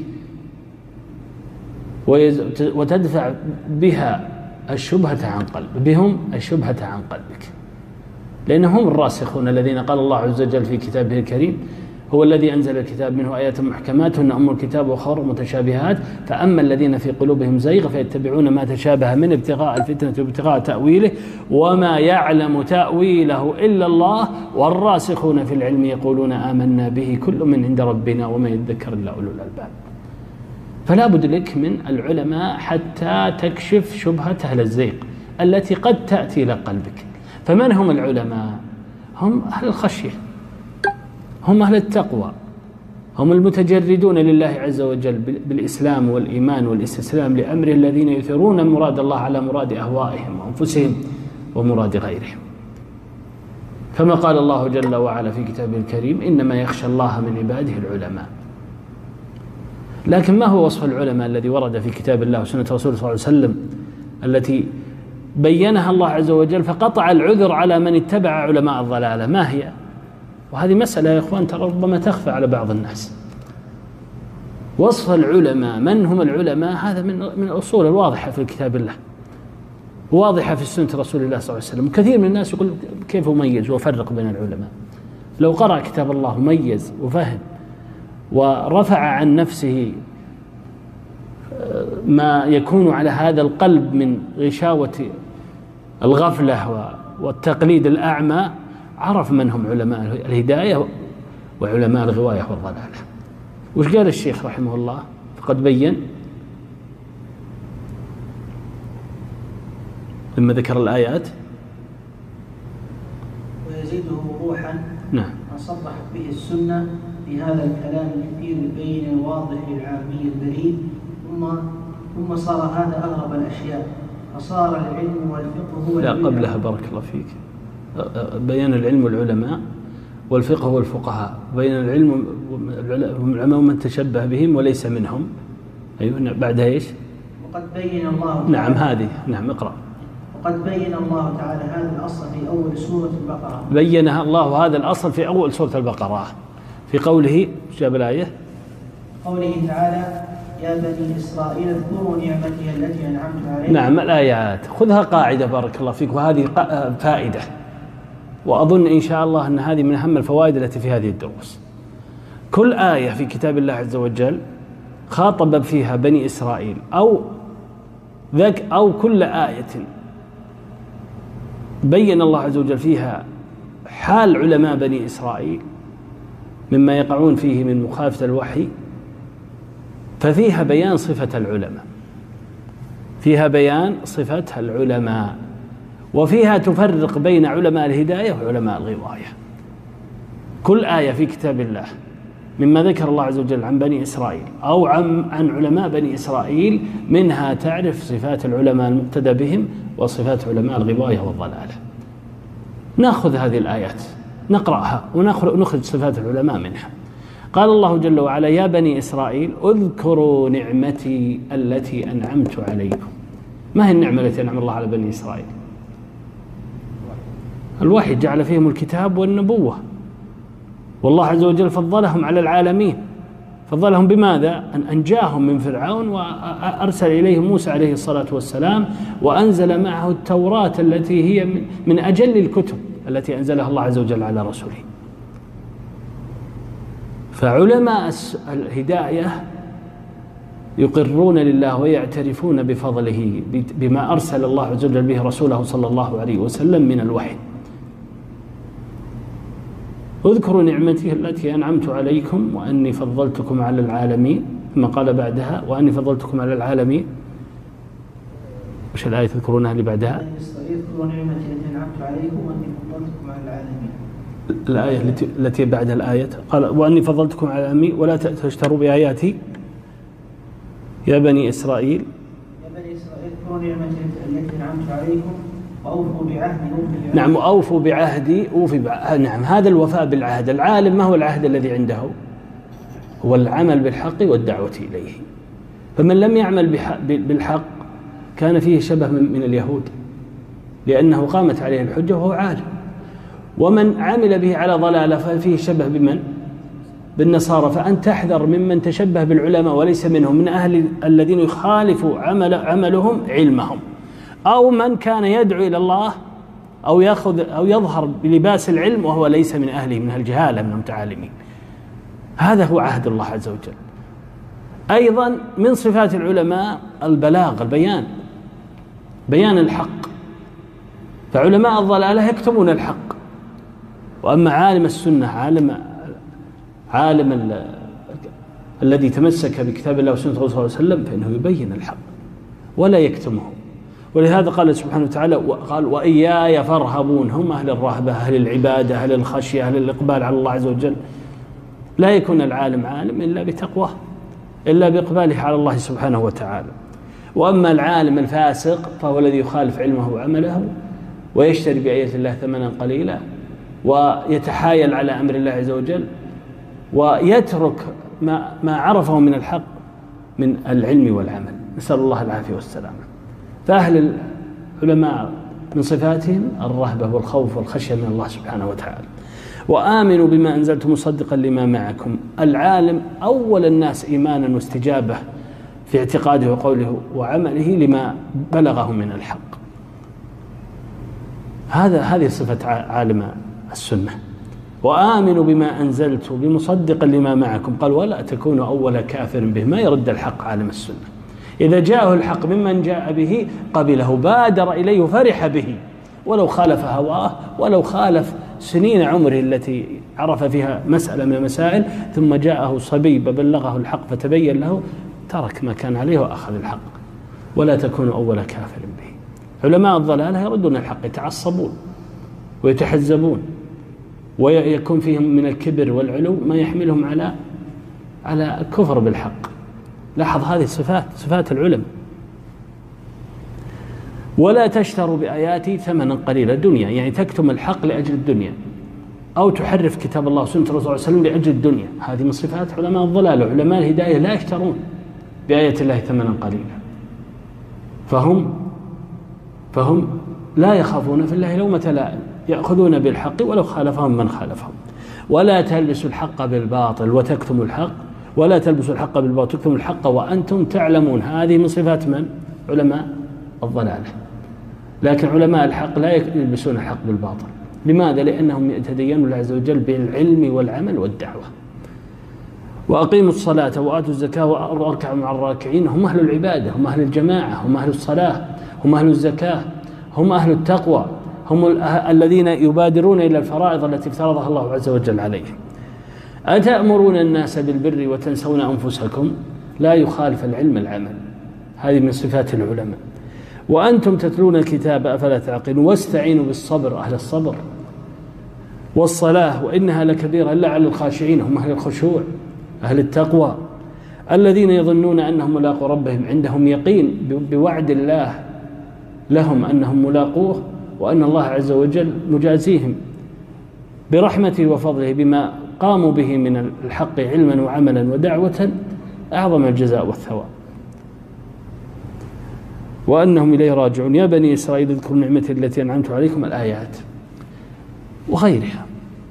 وتدفع بها الشبهة عن قلب بهم الشبهة عن قلبك، لأنهم الراسخون الذين قال الله عز وجل في كتابه الكريم: هو الذي أنزل الكتاب منه آيات محكمات هن أم الكتاب وأخر متشابهات فأما الذين في قلوبهم زيغ فيتبعون ما تشابه من ابتغاء الفتنة وابتغاء تأويله وما يعلم تأويله إلا الله والراسخون في العلم يقولون آمنا به كل من عند ربنا وما يذكر إلا أولو الألباب. فلا بد لك من العلماء حتى تكشف شبهة أهل الزيغ التي قد تأتي إلى قلبك. فمن هم العلماء؟ هم أهل الخشية، هم أهل التقوى، هم المتجردون لله عز وجل بالإسلام والإيمان والاستسلام لأمره، الذين يثيرون مراد الله على مراد أهوائهم وأنفسهم ومراد غيرهم. كما قال الله جل وعلا في كتابه الكريم: إنما يخشى الله من عباده العلماء. لكن ما هو وصف العلماء الذي ورد في كتاب الله وسنة رسوله صلى الله عليه وسلم التي بينها الله عز وجل فقطع العذر على من اتبع علماء الضلالة؟ ما هي؟ وهذه مسألة يا إخوان ترى ربما تخفى على بعض الناس. وصف العلماء، من هم العلماء؟ هذا من من الأصول الواضحة في كتاب الله، واضحة في سنة رسول الله صلى الله عليه وسلم. كثير من الناس يقول: كيف أميز وأفرق بين العلماء؟ لو قرأ كتاب الله ميز وفهم ورفع عن نفسه ما يكون على هذا القلب من غشاوة الغفلة والتقليد الأعمى عرف من هم علماء الهداية وعلماء الغواية والضلالة. وش قال الشيخ رحمه الله؟ فقد بين لما ذكر الآيات ويزيده وضوحا نعم ما صرحت به السنة بهذا الكلام الكثير البين الواضح للعامي البليد، ثم ثم صار هذا أغرب الأشياء، فصار العلم والفقه هو لا قبلها بارك الله فيك بيان العلم والعلماء والفقه والفقهاء، بين العلم والعلماء ومن تشبه بهم وليس منهم. أيوة بعدها إيش؟ وقد بين الله نعم هذه نعم اقرأ. وقد بين الله تعالى هذا الأصل في أول سورة البقرة. بينها الله هذا الأصل في أول سورة البقرة في قوله جاب الآية قوله تعالى يا بني إسرائيل اذكروا نعمتي التي أنعمت عليكم. نعم الآيات خذها قاعدة بارك الله فيك، وهذه فائدة، وأظن إن شاء الله أن هذه من أهم الفوائد التي في هذه الدروس. كل آية في كتاب الله عز وجل خاطب فيها بني إسرائيل أو ذاك أو كل آية بين الله عز وجل فيها حال علماء بني إسرائيل مما يقعون فيه من مخالفة الوحي، ففيها بيان صفة العلماء، فيها بيان صفة العلماء، وفيها تفرق بين علماء الهداية وعلماء الغواية. كل آية في كتاب الله مما ذكر الله عز وجل عن بني إسرائيل أو عن, عن علماء بني إسرائيل منها تعرف صفات العلماء المقتدى بهم وصفات علماء الغواية والضلالة. نأخذ هذه الآيات نقرأها ونخرج صفات العلماء منها. قال الله جل وعلا يا بني إسرائيل اذكروا نعمتي التي أنعمت عليكم. ما هي النعمة التي أنعم الله على بني إسرائيل؟ الوحي، جعل فيهم الكتاب والنبوة، والله عز وجل فضلهم على العالمين. فضلهم بماذا؟ أن أنجاهم من فرعون وأرسل إليهم موسى عليه الصلاة والسلام وأنزل معه التوراة التي هي من أجل الكتب التي أنزلها الله عز وجل على رسوله. فعلماء الهداية يقرون لله ويعترفون بفضله بما أرسل الله عز وجل به رسوله صلى الله عليه وسلم من الوحي. اذكروا نعمتي التي أنعمت عليكم وأني فضلتكم على العالمين، ثم قال بعدها وأني فضلتكم على العالمين. وش الآية تذكرونها اللي بعدها؟ اذكروا نعمتي التي أنعمت عليكم وأني فضلتكم على العالمين. الآية التي التي بعدها الآية قال وأني فضلتكم على العالمين ولا تشتروا بآياتي يا بني إسرائيل. يا بني إسرائيل اذكروا نعمتي التي أنعمت عليكم وأوفوا بعهدي أوفي بعهدي. نعم وأوفوا بعهدي أوفي بعهدي. نعم هذا الوفاء بالعهد. العالم ما هو العهد الذي عنده؟ هو العمل بالحق والدعوة إليه. فمن لم يعمل بالحق كان فيه شبه من اليهود، لأنه قامت عليه الحجة وهو عالم. ومن عمل به على ضلالة ففيه شبه بمن؟ بالنصارى. فأن تحذر ممن تشبه بالعلماء وليس منهم، من أهل الذين يخالف عمل عملهم علمهم، أو من كان يدعو إلى الله أو يأخذ أو يظهر بلباس العلم وهو ليس من أهله، من الجهالة من المتعالمين. هذا هو عهد الله عز وجل. أيضا من صفات العلماء البلاغ، البيان، بيان الحق. فعلماء الضلالة يكتمون الحق، وأما عالم السنة عالم عالم ال... الذي تمسك بكتاب الله وسنة رسوله صلى الله عليه وسلم فإنه يبين الحق ولا يكتمه. ولهذا قال سبحانه وتعالى قال وإياي فارهبون. هم أهل الرهبة، أهل العبادة، أهل الخشية، أهل الإقبال على الله عز وجل. لا يكون العالم عالم إلا بتقواه، إلا بإقباله على الله سبحانه وتعالى. وأما العالم الفاسق فهو الذي يخالف علمه وعمله ويشتري بآيات الله ثمنا قليلا ويتحايل على أمر الله عز وجل ويترك ما, ما عرفه من الحق من العلم والعمل. نسأل الله العافية والسلامة. فأهل العلماء من صفاتهم الرهبة والخوف والخشية من الله سبحانه وتعالى. وآمنوا بما أنزلت مصدقا لما معكم. العالم أول الناس إيمانا واستجابة في اعتقاده وقوله وعمله لما بلغه من الحق. هذا هذه صفة عالم السنة. وآمنوا بما أنزلت بمصدقا لما معكم. قال ولا تكونوا أول كافر به. ما يرد الحق عالم السنة، إذا جاءه الحق ممن جاء به قبله، بادر إليه وفرح به، ولو خالف هواه، ولو خالف سنين عمره التي عرف فيها مسألة من المسائل، ثم جاءه صبي بلغه الحق فتبين له، ترك ما كان عليه وأخذ الحق. ولا تكونوا أول كافر به. علماء الضلالة يردون الحق، يتعصبون ويتحزبون، ويكون فيهم من الكبر والعلو ما يحملهم على على الكفر بالحق. لاحظ هذه صفات صفات العلماء. ولا تشتروا بآياتي ثمنا قليلا، الدنيا يعني تكتم الحق لأجل الدنيا، أو تحرف كتاب الله وسنة الرسول صلى الله عليه وسلم لأجل الدنيا. هذه من صفات علماء الضلال. وعلماء الهداية لا يشترون بآية الله ثمنا قليلا، فهم فهم لا يخافون في الله لومة لائم، يأخذون بالحق ولو خالفهم من خالفهم. ولا تلبسوا الحق بالباطل وتكتموا الحق، ولا تلبسوا الحق بالباطل وتكتموا الحق وأنتم تعلمون. هذه من صفات من؟ علماء الضلالة. لكن علماء الحق لا يلبسون الحق بالباطل. لماذا؟ لأنهم يتدينون الله عز وجل بالعلم والعمل والدعوة. وأقيموا الصلاة وآتوا الزكاة واركعوا مع الراكعين. هم أهل العبادة، هم أهل الجماعة، هم أهل الصلاة، هم أهل الزكاة، هم أهل التقوى، هم الذين يبادرون إلى الفرائض التي افترضها الله عز وجل عليهم. أتأمرون الناس بالبر وتنسون أنفسكم؟ لا يخالف العلم العمل. هذه من صفات العلماء. وأنتم تتلون الكتاب أفلا تعقلون؟ واستعينوا بالصبر، أهل الصبر والصلاة وإنها لكبيرة إلا على الخاشعين، هم أهل الخشوع أهل التقوى، الذين يظنون أنهم ملاقو ربهم، عندهم يقين بوعد الله لهم أنهم ملاقوه، وأن الله عز وجل مجازيهم برحمته وفضله بما قاموا به من الحق علما وعملا ودعوة أعظم الجزاء والثواب، وأنهم إليه راجعون. يا بني إسرائيل اذكروا نعمتي التي أنعمت عليكم، الآيات وغيرها.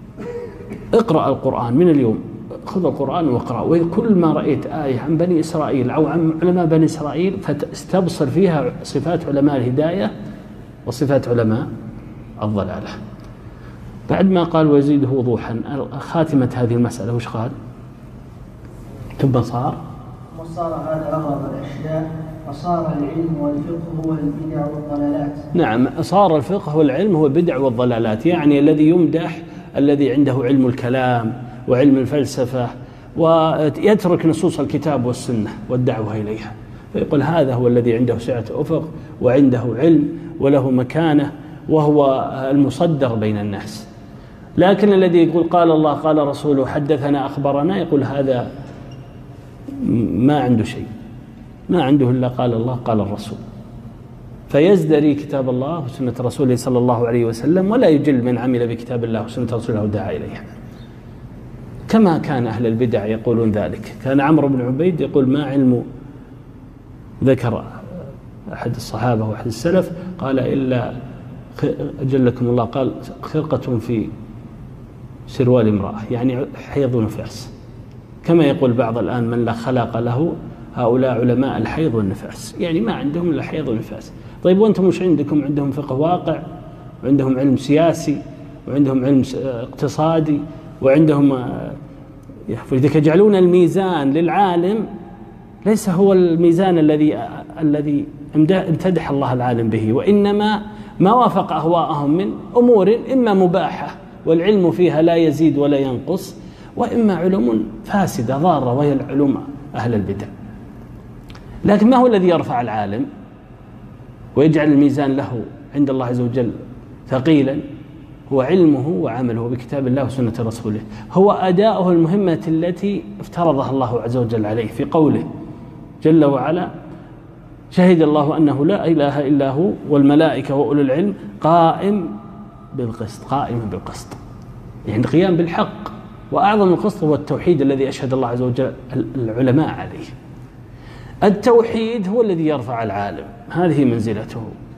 اقرأ القرآن من اليوم، خذ القرآن واقرأ، وكل ما رأيت آية عن بني إسرائيل أو عن علماء بني إسرائيل فتستبصر فيها صفات علماء الهداية وصفات علماء الضلالة. بعد ما قال ويزيده وضوحا، خاتمة هذه المسألة وش قال؟ ثم صار وصار هذا أغرب الأشياء، وصار العلم والفقه هو البدع والضلالات. نعم، صار الفقه والعلم هو البدع والضلالات، يعني الذي يمدح الذي عنده علم الكلام وعلم الفلسفة ويترك نصوص الكتاب والسنة والدعوة إليها، فيقول هذا هو الذي عنده سعة أفق وعنده علم وله مكانة وهو المصدر بين الناس. لكن الذي يقول قال الله قال رسوله حدثنا أخبرنا، يقول هذا ما عنده شيء، ما عنده إلا قال الله قال الرسول، فيزدري كتاب الله وسنة رسوله صلى الله عليه وسلم، ولا يجل من عمل بكتاب الله وسنة رسوله ودعا إليها، كما كان أهل البدع يقولون ذلك. كان عمرو بن عبيد يقول ما علم، ذكر أحد الصحابة وأحد السلف قال إلا أجلكم الله، قال خرقة في سروال امرأة، يعني حيض ونفاس، كما يقول بعض الآن من لا خلق له، هؤلاء علماء الحيض والنفاس، يعني ما عندهم إلا حيض ونفاس. طيب وأنتم مش عندكم؟ عندهم فقه واقع، وعندهم علم سياسي، وعندهم علم اقتصادي، وعندهم إذا يجعلون الميزان للعالم ليس هو الميزان الذي الذي امتدح الله العالم به، وإنما ما وافق أهواءهم من أمور إما مباحة والعلم فيها لا يزيد ولا ينقص، وإما علوم فاسدة ضارة وهي العلوم أهل البدع. لكن ما هو الذي يرفع العالم ويجعل الميزان له عند الله عز وجل ثقيلا؟ هو علمه وعمله بكتاب الله وسنة رسوله، هو أداؤه المهمة التي افترضها الله عز وجل عليه في قوله جل وعلا شهد الله أنه لا إله إلا هو والملائكة وأولو العلم قائم بالقسط، قائم بالقسط يعني قيام بالحق. وأعظم القسط هو التوحيد الذي أشهد الله عز وجل العلماء عليه. التوحيد هو الذي يرفع العالم، هذه منزلته.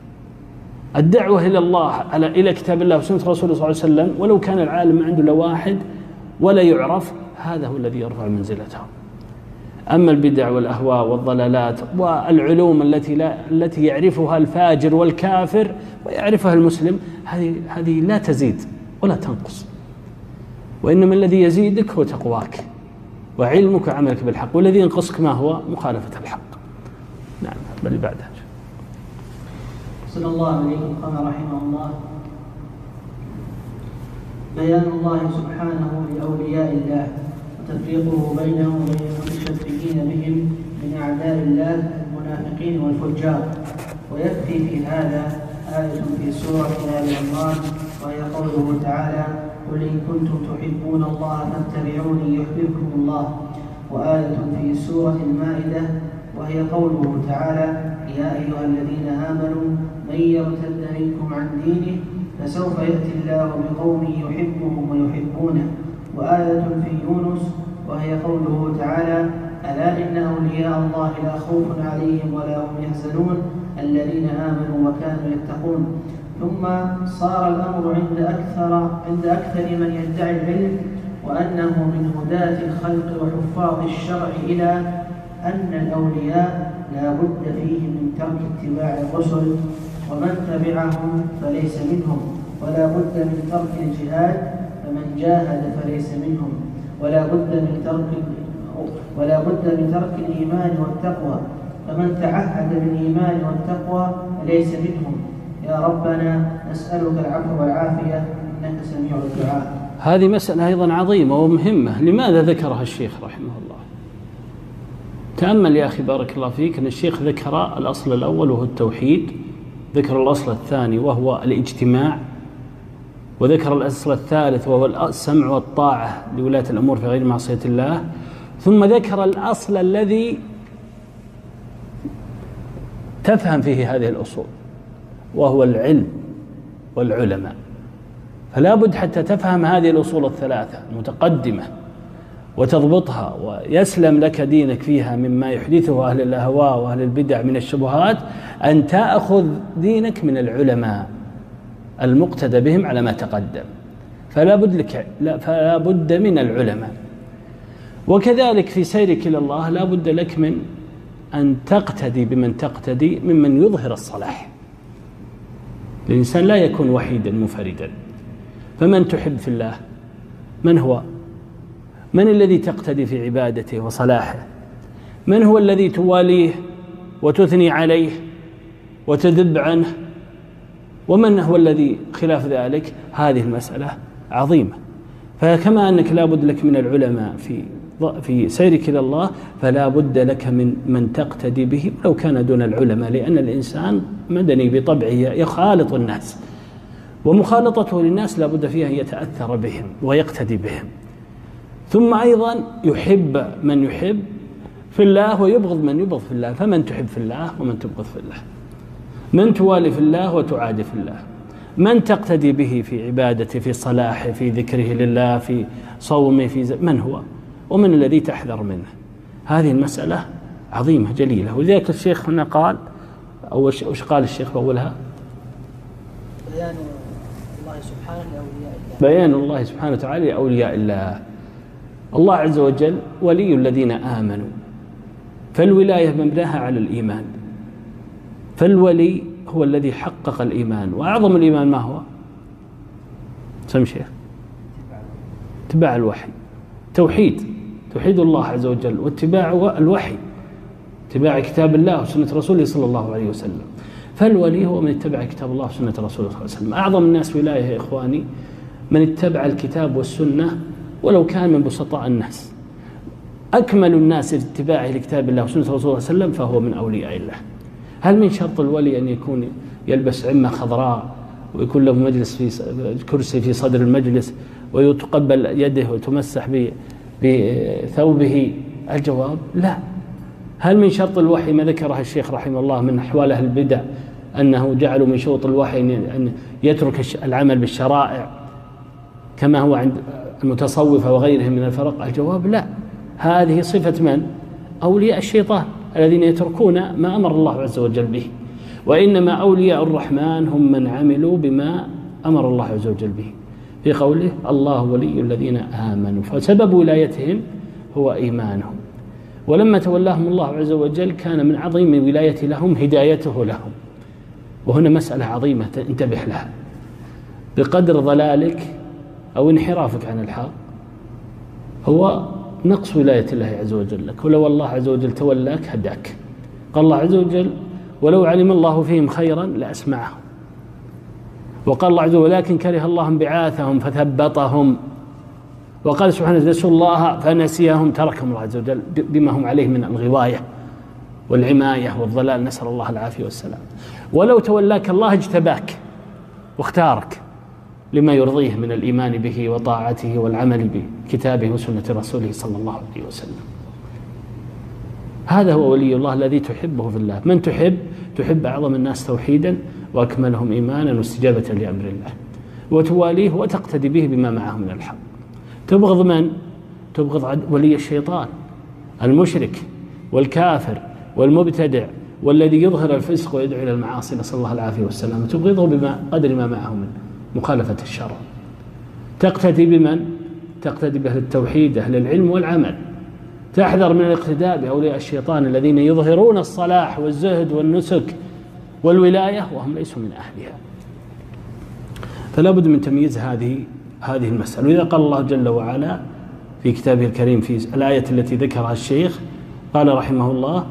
الدعوة إلى الله إلى كتاب الله وسنة رسوله صلى الله عليه وسلم، ولو كان العالم عنده لواحد ولا يعرف، هذا هو الذي يرفع منزلته. أما البدع والأهواء والضلالات والعلوم التي لا التي يعرفها الفاجر والكافر ويعرفها المسلم، هذه هذه لا تزيد ولا تنقص، وإنما الذي يزيدك هو تقواك وعلمك وعملك بالحق، والذي ينقصك ما هو مخالفة الحق. نعم بل بعدها. صلى الله عليكم. قال رحمه الله: بيان الله سبحانه لأولياء الله وتفريقه بينهم وبين المتشبهين بهم من أعداء الله المنافقين والفجار. ويكفي في هذا آية في سورة آل عمران وهي قوله تعالى: قل إن كنتم تحبون الله فاتبعوني يحببكم الله. وآية في سورة المائدة وهي قوله تعالى: يا أيها الذين آمنوا من يرتد منكم عن دينه فسوف يأتي الله بقوم يحبهم ويحبونه. وآية في يونس وهي قوله تعالى: ألا إن أولياء الله لا خوف عليهم ولا هم يحزنون الذين آمنوا وكانوا يتقون. ثم صار الأمر عند أكثر عند أكثر من يدعي العلم وأنه من هداة الخلق وحفاظ الشرع إلى أن الأولياء لا بد فيه من ترك اتباع الرسل، ومن تبعهم فليس منهم، ولا بد من ترك الجهاد، فمن جاهد فليس منهم، ولا بد من ترك ولا بد من ترك الإيمان والتقوى، فمن تعهد بالإيمان والتقوى فليس منهم. يا ربنا نسألك العفو والعافية إنك سميع الدعاء. هذه مسألة أيضا عظيمة ومهمة. لماذا ذكرها الشيخ رحمه الله؟ تأمل يا أخي بارك الله فيك أن الشيخ ذكر الأصل الأول وهو التوحيد، ذكر الأصل الثاني وهو الاجتماع، وذكر الأصل الثالث وهو السمع والطاعة لولاة الأمور في غير معصية الله، ثم ذكر الأصل الذي تفهم فيه هذه الأصول وهو العلم والعلماء. فلا بد حتى تفهم هذه الأصول الثلاثة المتقدمة وتضبطها ويسلم لك دينك فيها مما يحدثه أهل الأهواء وأهل البدع من الشبهات، أن تأخذ دينك من العلماء المقتدى بهم على ما تقدم. فلا بد لك لا فلا بد من العلماء. وكذلك في سيرك إلى الله لا بد لك من أن تقتدي بمن تقتدي ممن يظهر الصلاح. الإنسان لا يكون وحيدا منفردا. فمن تحب في الله؟ من هو؟ من الذي تقتدي في عبادته وصلاحه؟ من هو الذي تواليه وتثني عليه وتذب عنه؟ ومن هو الذي خلاف ذلك؟ هذه المسألة عظيمة. فكما أنك لا بد لك من العلماء في في سيرك إلى الله، فلا بد لك من من تقتدي به ولو كان دون العلماء، لأن الإنسان مدني بطبعه يخالط الناس، ومخالطته للناس لا بد فيها أن يتأثر بهم ويقتدي بهم. ثم أيضا يحب من يحب في الله ويبغض من يبغض في الله. فمن تحب في الله ومن تبغض في الله، من توالي في الله وتعادي في الله، من تقتدي به في عبادته في صلاحه في ذكره لله في صومه في زي. من هو ومن الذي تحذر منه؟ هذه المسألة عظيمة جليلة. ولذلك الشيخ هنا قال أو وش قال الشيخ بأولها؟ بيان الله سبحانه لأولياء الله. بيان الله سبحانه وتعالى لأولياء الله. الله عز وجل ولي الذين آمنوا، فالولاية مبناها على الإيمان. فالولي هو الذي حقق الإيمان، وأعظم الإيمان ما هو؟ سم شيخ اتباع الوحي، توحيد توحيد الله عز وجل، واتباع الوحي، اتباع كتاب الله وسنة رسوله صلى الله عليه وسلم. فالولي هو من اتبع كتاب الله وسنة رسوله صلى الله عليه وسلم. أعظم الناس ولاية يا إخواني من اتبع الكتاب والسنة ولو كان من بسطاء الناس. أكمل الناس اتباعه لكتاب الله وسنة رسوله صلى الله عليه وسلم فهو من أولياء الله. هل من شرط الولي أن يكون يلبس عمة خضراء ويكون له مجلس في كرسي في صدر المجلس ويتقبل يده وتمسح بثوبه؟ الجواب لا. هل من شرط الوحي ما ذكره الشيخ رحمه الله من أحوال أهل البدع أنه جعلوا من شروط الوحي أن يترك العمل بالشرائع كما هو عند المتصوفة وغيرهم من الفرق؟ الجواب لا. هذه صفة من؟ أولياء الشيطان الذين يتركون ما أمر الله عز وجل به. وإنما أولياء الرحمن هم من عملوا بما أمر الله عز وجل به في قوله الله ولي الذين آمنوا، فسبب ولايتهم هو إيمانهم. ولما تولاهم الله عز وجل كان من عظيم ولاية لهم هدايته لهم. وهنا مسألة عظيمة انتبه لها. بقدر ضلالك أو انحرافك عن الحق هو نقص ولاية الله عز وجل لك. ولو الله عز وجل تولاك هداك. قال الله عز وجل ولو علم الله فيهم خيرا لأسمعهم. وقال الله عز وجل ولكن كره الله انبعاثهم فثبطهم. وقال سبحانه نسوا الله فنسيهم تركهم الله عز وجل بما هم عليه من الغواية والعماية والضلال، نسأل الله العافية والسلام. ولو تولاك الله اجتباك واختارك لما يرضيه من الإيمان به وطاعته والعمل بكتابه وسنة رسوله صلى الله عليه وسلم. هذا هو ولي الله الذي تحبه في الله. من تحب؟ تحب أعظم الناس توحيدا وأكملهم إيمانا واستجابة لأمر الله، وتواليه وتقتدي به بما معه من الحق. تبغض من؟ تبغض ولي الشيطان المشرك والكافر والمبتدع والذي يظهر الفسق ويدعو إلى المعاصي، نسأل الله العافية والسلام. تبغضه بما قدر ما معه من مخالفة الشرع. تقتدي بمن؟ تقتدي بأهل التوحيد أهل العلم والعمل. تحذر من الاقتداء بأولياء الشيطان الذين يظهرون الصلاح والزهد والنسك والولاية وهم ليسوا من أهلها. فلا بد من تمييز هذه هذه المسألة. وإذا قال الله جل وعلا في كتابه الكريم في الآية التي ذكرها الشيخ قال رحمه الله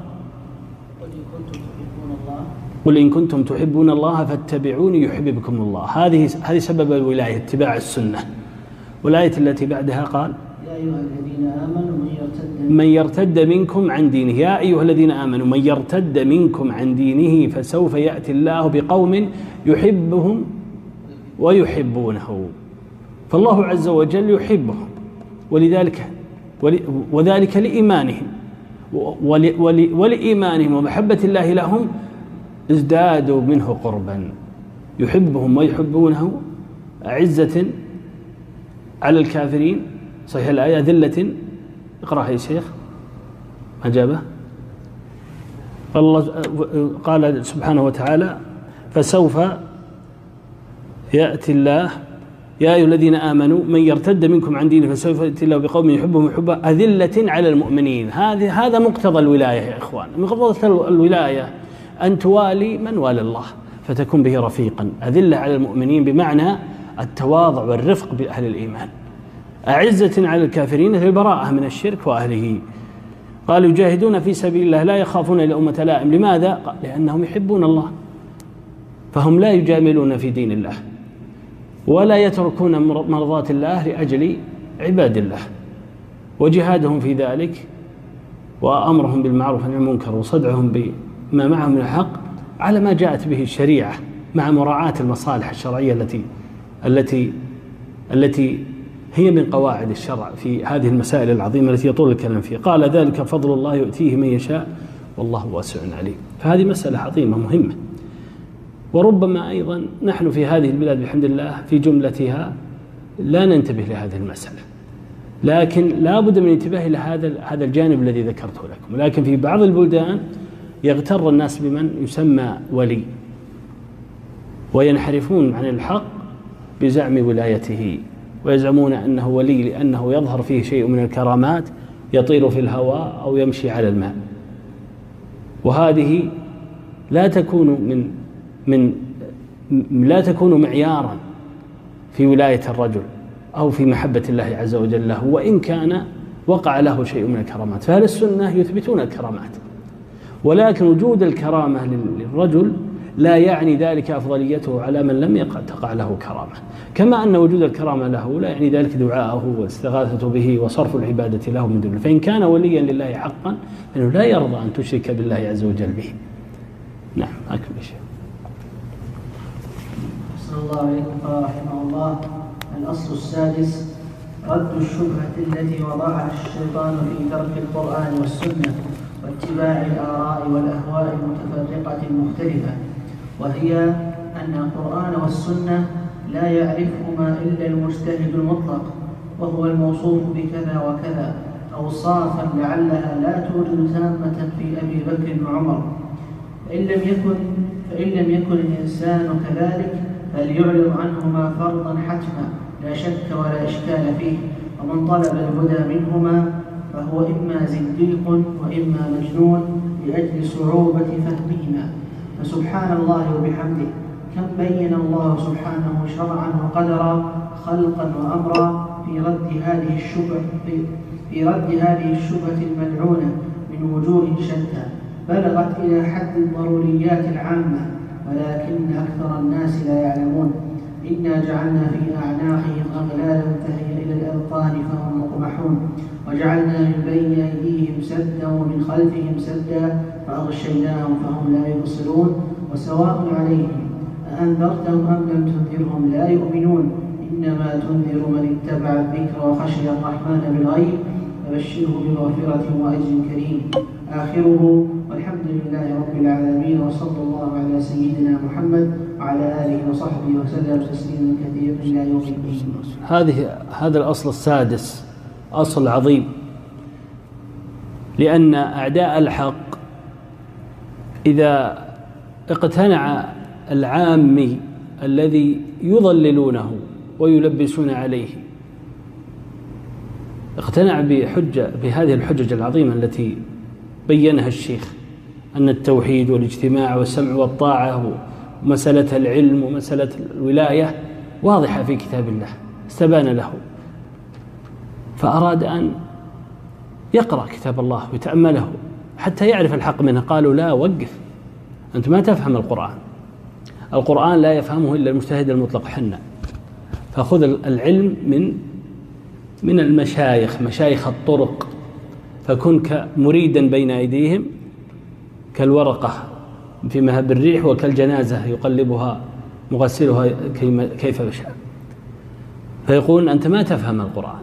قل إن كنتم تحبون الله فاتبعوني يحببكم الله. هذه هذه سبب الولاية اتباع السنة. والآية التي بعدها قال يا أيها الذين آمنوا من يرتد من يرتد منكم عن دينه. يا أيها الذين آمنوا من يرتد منكم عن دينه فسوف يأتي الله بقوم يحبهم ويحبونه. فالله عز وجل يحبهم ولذلك وذلك لإيمانهم ولإيمانهم ومحبة الله لهم ازدادوا منه قربا. يحبهم ويحبونه أعزة على الكافرين، صحيح الآية، ذلة. اقرأها يا شيخ. أجابه الله قال سبحانه وتعالى فسوف يأتي الله يا أيها الذين آمنوا من يرتد منكم عن دينه فسوف يأتي الله بقوم يحبهم يحبه أذلة على المؤمنين. هذه هذا مقتضى الولاية يا إخوان. مقتضى الولاية أن توالي من والى الله فتكون به رفيقا. أذلة على المؤمنين بمعنى التواضع والرفق بأهل الإيمان، أعزة على الكافرين للبراءة من الشرك وأهله. قالوا يجاهدون في سبيل الله لا يخافون لأمة لائم. لماذا؟ قال لأنهم يحبون الله، فهم لا يجاملون في دين الله ولا يتركون مرضاة الله لأجل عباد الله. وجهادهم في ذلك وأمرهم بالمعروف والنهي عن المنكر وصدعهم بما معهم من الحق على ما جاءت به الشريعة مع مراعاة المصالح الشرعية التي التي التي هي من قواعد الشرع في هذه المسائل العظيمة التي يطول الكلام فيها. قال ذلك فضل الله يؤتيه من يشاء والله واسع عليم. فهذه مسألة عظيمة مهمة. وربما أيضا نحن في هذه البلاد بحمد الله في جملتها لا ننتبه لهذه المسألة، لكن لا بد من انتباه إلى هذا هذا الجانب الذي ذكرته لكم. لكن في بعض البلدان يغتر الناس بمن يسمى ولي وينحرفون عن الحق بزعم ولايته، ويزعمون أنه ولي لأنه يظهر فيه شيء من الكرامات، يطير في الهواء أو يمشي على الماء. وهذه لا تكون من من لا تكون معيارا في ولاية الرجل أو في محبة الله عز وجل له، وإن كان وقع له شيء من الكرامات. فأهل السنة يثبتون الكرامات، ولكن وجود الكرامة للرجل لا يعني ذلك أفضليته على من لم تقع له كرامة، كما أن وجود الكرامة له لا يعني ذلك دعاءه والاستغاثة به وصرف العبادة له من دونه. فإن كان وليا لله حقا فإنه لا يرضى أن تشرك بالله عز وجل به. نعم أكمل شيء. صلى الله عليكم قال رحمه الله: الأصل السادس رد الشبهة التي وضعها الشيطان في ترك القرآن والسنة واتباع الآراء والأهواء المتفرقة المختلفة، وهي أن القرآن والسنة لا يعرفهما إلا المجتهد المطلق، وهو الموصوف بكذا وكذا أوصافا لعلها لا توجد تامة في أبي بكر وعمر. فإن لم يكن فإن لم يكن الإنسان كذلك فليعلم عنهما فرضا حتما لا شك ولا إشكال فيه. ومن طلب الهدى منهما فهو إما زنديق وإما مجنون لأجل صعوبة فهمهما. فسبحان الله وبحمده كم بين الله سبحانه شرعا وقدرا خلقا وأمرا في رد هذه الشبهة في رد هذه الشبهة الملعونة من وجوه شتى. بلغت إلى حد الضروريات العامة، ولكن أكثر الناس لا يعلمون. إنا جعلنا في أعناقهم أغلالا فهي إلى الأذقان فهم مقمحون، وجعلنا من بين أيديهم سدا ومن خلفهم سدا فأغشيناهم فهم لا يبصرون، وسواء عليهم أأنذرتهم أم لم تنذرهم لا يؤمنون. إنما تنذر من اتبع الذكر وخشي الرحمن بالغيب فبشره بمغفرة وأجر كريم. آخره والحمد لله رب العالمين، وصلى الله على سيدنا محمد وعلى آله وصحبه وسلم تسليما كثيرا إلى يوم الدين. هذه هذا الأصل السادس أصل عظيم، لأن أعداء الحق إذا اقتنع العامي الذي يضللونه ويلبسون عليه، اقتنع بحجة بهذه الحجج العظيمة التي بينها الشيخ، أن التوحيد والاجتماع والسمع والطاعة ومسألة العلم ومسألة الولاية واضحة في كتاب الله استبان له، فأراد أن يقرأ كتاب الله ويتأمله حتى يعرف الحق منه. قالوا لا، وقف، أنت ما تفهم القرآن، القرآن لا يفهمه إلا المجتهد المطلق حنا، فخذ العلم من من المشايخ، مشايخ الطرق، فكن مريدا بين أيديهم كالورقة في مهب الريح وكالجنازة يقلبها مغسلها كيف يشاء. فيقول أنت ما تفهم القرآن،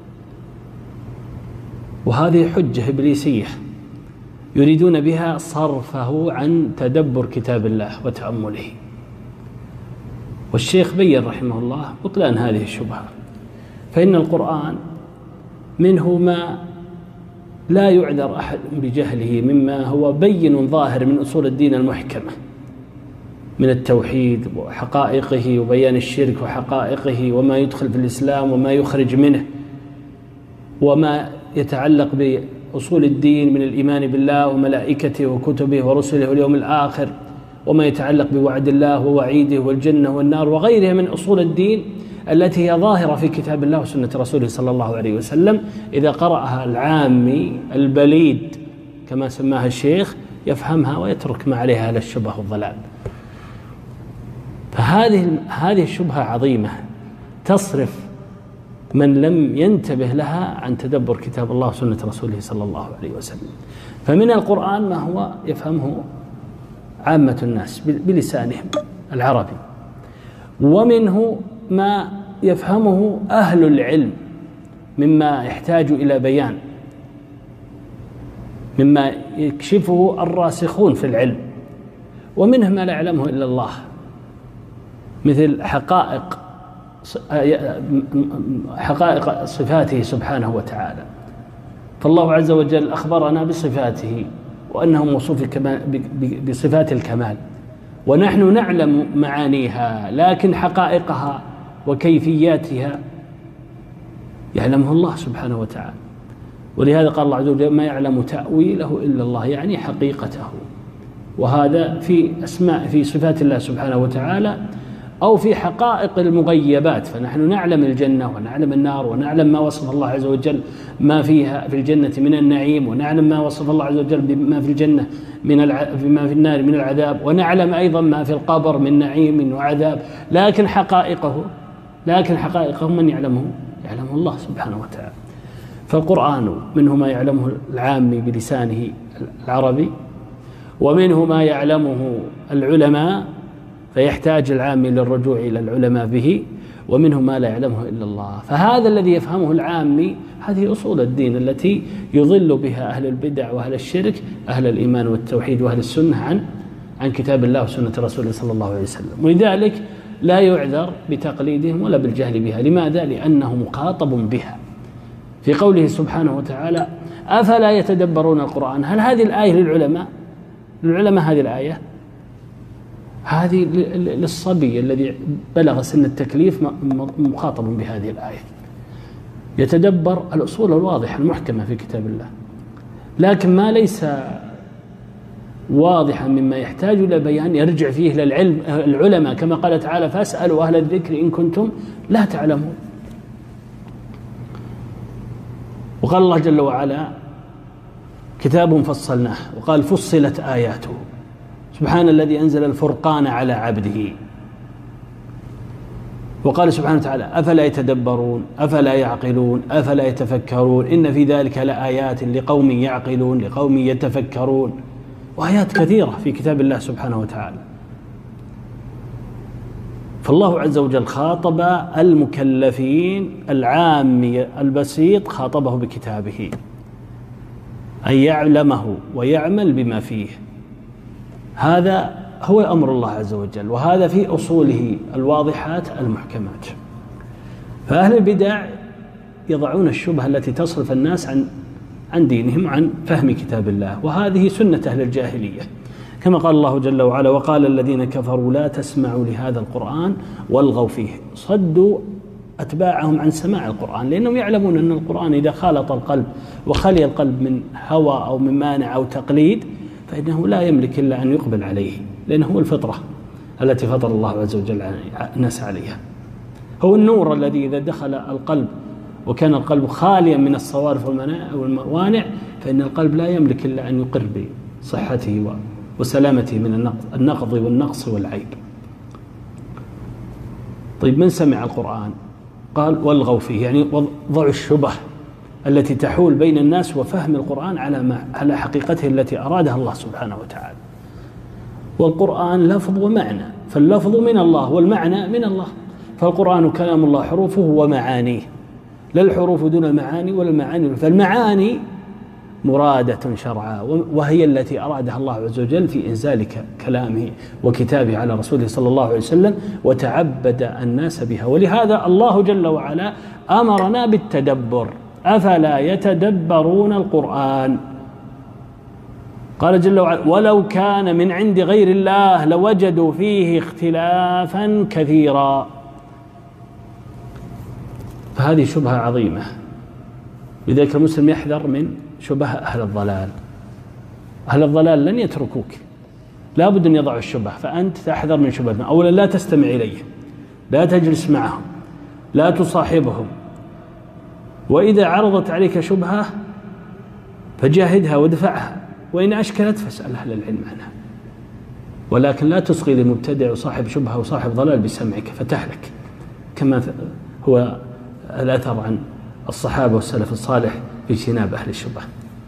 وهذه حجة إبليسية يريدون بها صرفه عن تدبر كتاب الله وتأمله. والشيخ بين رحمه الله بطلان هذه الشبهة، فإن القرآن منه ما لا يعذر أحد بجهله مما هو بين ظاهر من أصول الدين المحكمة من التوحيد وحقائقه وبيان الشرك وحقائقه وما يدخل في الإسلام وما يخرج منه، وما يتعلق بأصول الدين من الإيمان بالله وملائكته وكتبه ورسله واليوم الآخر، وما يتعلق بوعد الله ووعيده والجنة والنار وغيرها من أصول الدين التي هي ظاهرة في كتاب الله وسنة رسوله صلى الله عليه وسلم. إذا قرأها العامي البليد كما سماها الشيخ يفهمها ويترك ما عليها على الشبه والضلال. فهذه هذه الشبهة عظيمة تصرف من لم ينتبه لها عن تدبر كتاب الله وسنة رسوله صلى الله عليه وسلم. فمن القرآن ما هو يفهمه عامة الناس بلسانهم العربي، ومنه ما يفهمه أهل العلم مما يحتاج إلى بيان، مما يكشفه الراسخون في العلم، ومنه ما لا يعلمه إلا الله، مثل حقائق حقائق صفاته سبحانه وتعالى. فالله عز وجل أخبرنا بصفاته وأنه موصوف بصفات الكمال، ونحن نعلم معانيها، لكن حقائقها وكيفياتها يعلمه الله سبحانه وتعالى. ولهذا قال الله عز وجل ما يعلم تأويله إلا الله، يعني حقيقته. وهذا في أسماء في صفات الله سبحانه وتعالى أو في حقائق المغيبات. فنحن نعلم الجنة ونعلم النار ونعلم ما وصف الله عز وجل ما فيها في الجنة من النعيم، ونعلم ما وصف الله عز وجل بما في الجنة من الع... بما في النار من العذاب، ونعلم أيضا ما في القبر من نعيم وعذاب، لكن حقائقه لكن حقائقه من يعلمه؟ يعلمه الله سبحانه وتعالى. فالقرآن منه ما يعلمه العامي بلسانه العربي، ومنه ما يعلمه العلماء فيحتاج العامي للرجوع إلى العلماء به، ومنه ما لا يعلمه إلا الله. فهذا الذي يفهمه العامي هذه أصول الدين التي يضل بها أهل البدع وأهل الشرك أهل الإيمان والتوحيد وأهل السنة عن عن كتاب الله وسنة رسوله صلى الله عليه وسلم. ولذلك لا يعذر بتقليدهم ولا بالجهل بها. لماذا؟ لأنه مخاطب بها في قوله سبحانه وتعالى أفلا يتدبرون القرآن. هل هذه الآية للعلماء للعلماء هذه الآية هذه للصبي الذي بلغ سن التكليف مخاطب بهذه الآية، يتدبر الأصول الواضحة المحكمة في كتاب الله، لكن ما ليس واضحا مما يحتاج إلى بيان يرجع فيه للعلم العلماء، كما قال تعالى فاسألوا أهل الذكر إن كنتم لا تعلمون. وقال الله جل وعلا كتاب فصلناه، وقال فصلت آياته. سبحان الذي أنزل الفرقان على عبده. وقال سبحانه وتعالى أفلا يتدبرون أفلا يعقلون أفلا يتفكرون إن في ذلك لآيات لقوم يعقلون لقوم يتفكرون، وآيات كثيرة في كتاب الله سبحانه وتعالى. فالله عز وجل خاطب المكلفين العامي البسيط، خاطبه بكتابه أن يعلمه ويعمل بما فيه. هذا هو أمر الله عز وجل، وهذا في أصوله الواضحات المحكمات. فأهل البدع يضعون الشبهة التي تصرف الناس عن عن دينهم وعن فهم كتاب الله، وهذه سنة أهل الجاهلية، كما قال الله جل وعلا وقال الذين كفروا لا تسمعوا لهذا القرآن والغوا فيه. صدوا أتباعهم عن سماع القرآن، لأنهم يعلمون أن القرآن إذا خالط القلب وخلي القلب من هوى أو من مانع أو تقليد فإنه لا يملك إلا أن يقبل عليه، لأنه هو الفطرة التي فطر الله عز وجل الناس عليها. هو النور الذي إذا دخل القلب وكان القلب خاليا من الصوارف والموانع فإن القلب لا يملك إلا أن يقر بصحته وسلامته من النقض والنقص والعيب. طيب من سمع القرآن؟ قال والغوا فيه، يعني وضعوا الشبه التي تحول بين الناس وفهم القرآن على ما على حقيقته التي أرادها الله سبحانه وتعالى. والقرآن لفظ ومعنى، فاللفظ من الله والمعنى من الله، فالقرآن كلام الله حروفه ومعانيه، لا الحروف دون المعاني ولا المعاني، فالمعاني مرادة شرعا وهي التي أرادها الله عز وجل في إنزال كلامه وكتابه على رسوله صلى الله عليه وسلم، وتعبد الناس بها. ولهذا الله جل وعلا أمرنا بالتدبر، أفلا يتدبرون القرآن؟ قال جل وعلا ولو كان من عند غير الله لوجدوا فيه اختلافا كثيرا. فهذه شبهة عظيمة، لذلك المسلم يحذر من شبه أهل الضلال. أهل الضلال لن يتركوك، لا بد أن يضعوا الشبه، فأنت تحذر من شبههم. أولا لا تستمع إليهم، لا تجلس معهم، لا تصاحبهم، وإذا عرضت عليك شبهة فجاهدها وادفعها، وإن أشكلت فاسأل أهل العلم عنها، ولكن لا تصغي لمبتدع وصاحب شبهة وصاحب ضلال بسمعك فتهلك، كما هو الأثر عن الصحابة والسلف الصالح في اجتناب أهل الشبهة.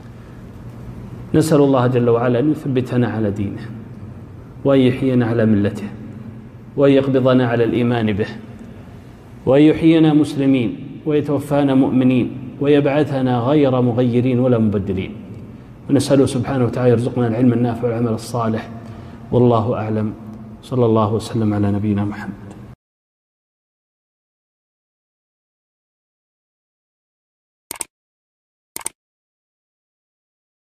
نسأل الله جل وعلا أن يثبتنا على دينه، وأن يحيينا على ملته، وأن يقبضنا على الإيمان به، وأن يحيينا مسلمين ويتوفانا مؤمنين، ويبعثنا غير مغيرين ولا مبدلين. ونسأله سبحانه وتعالى يرزقنا العلم النافع والعمل الصالح، والله أعلم. صلى الله وسلم على نبينا محمد.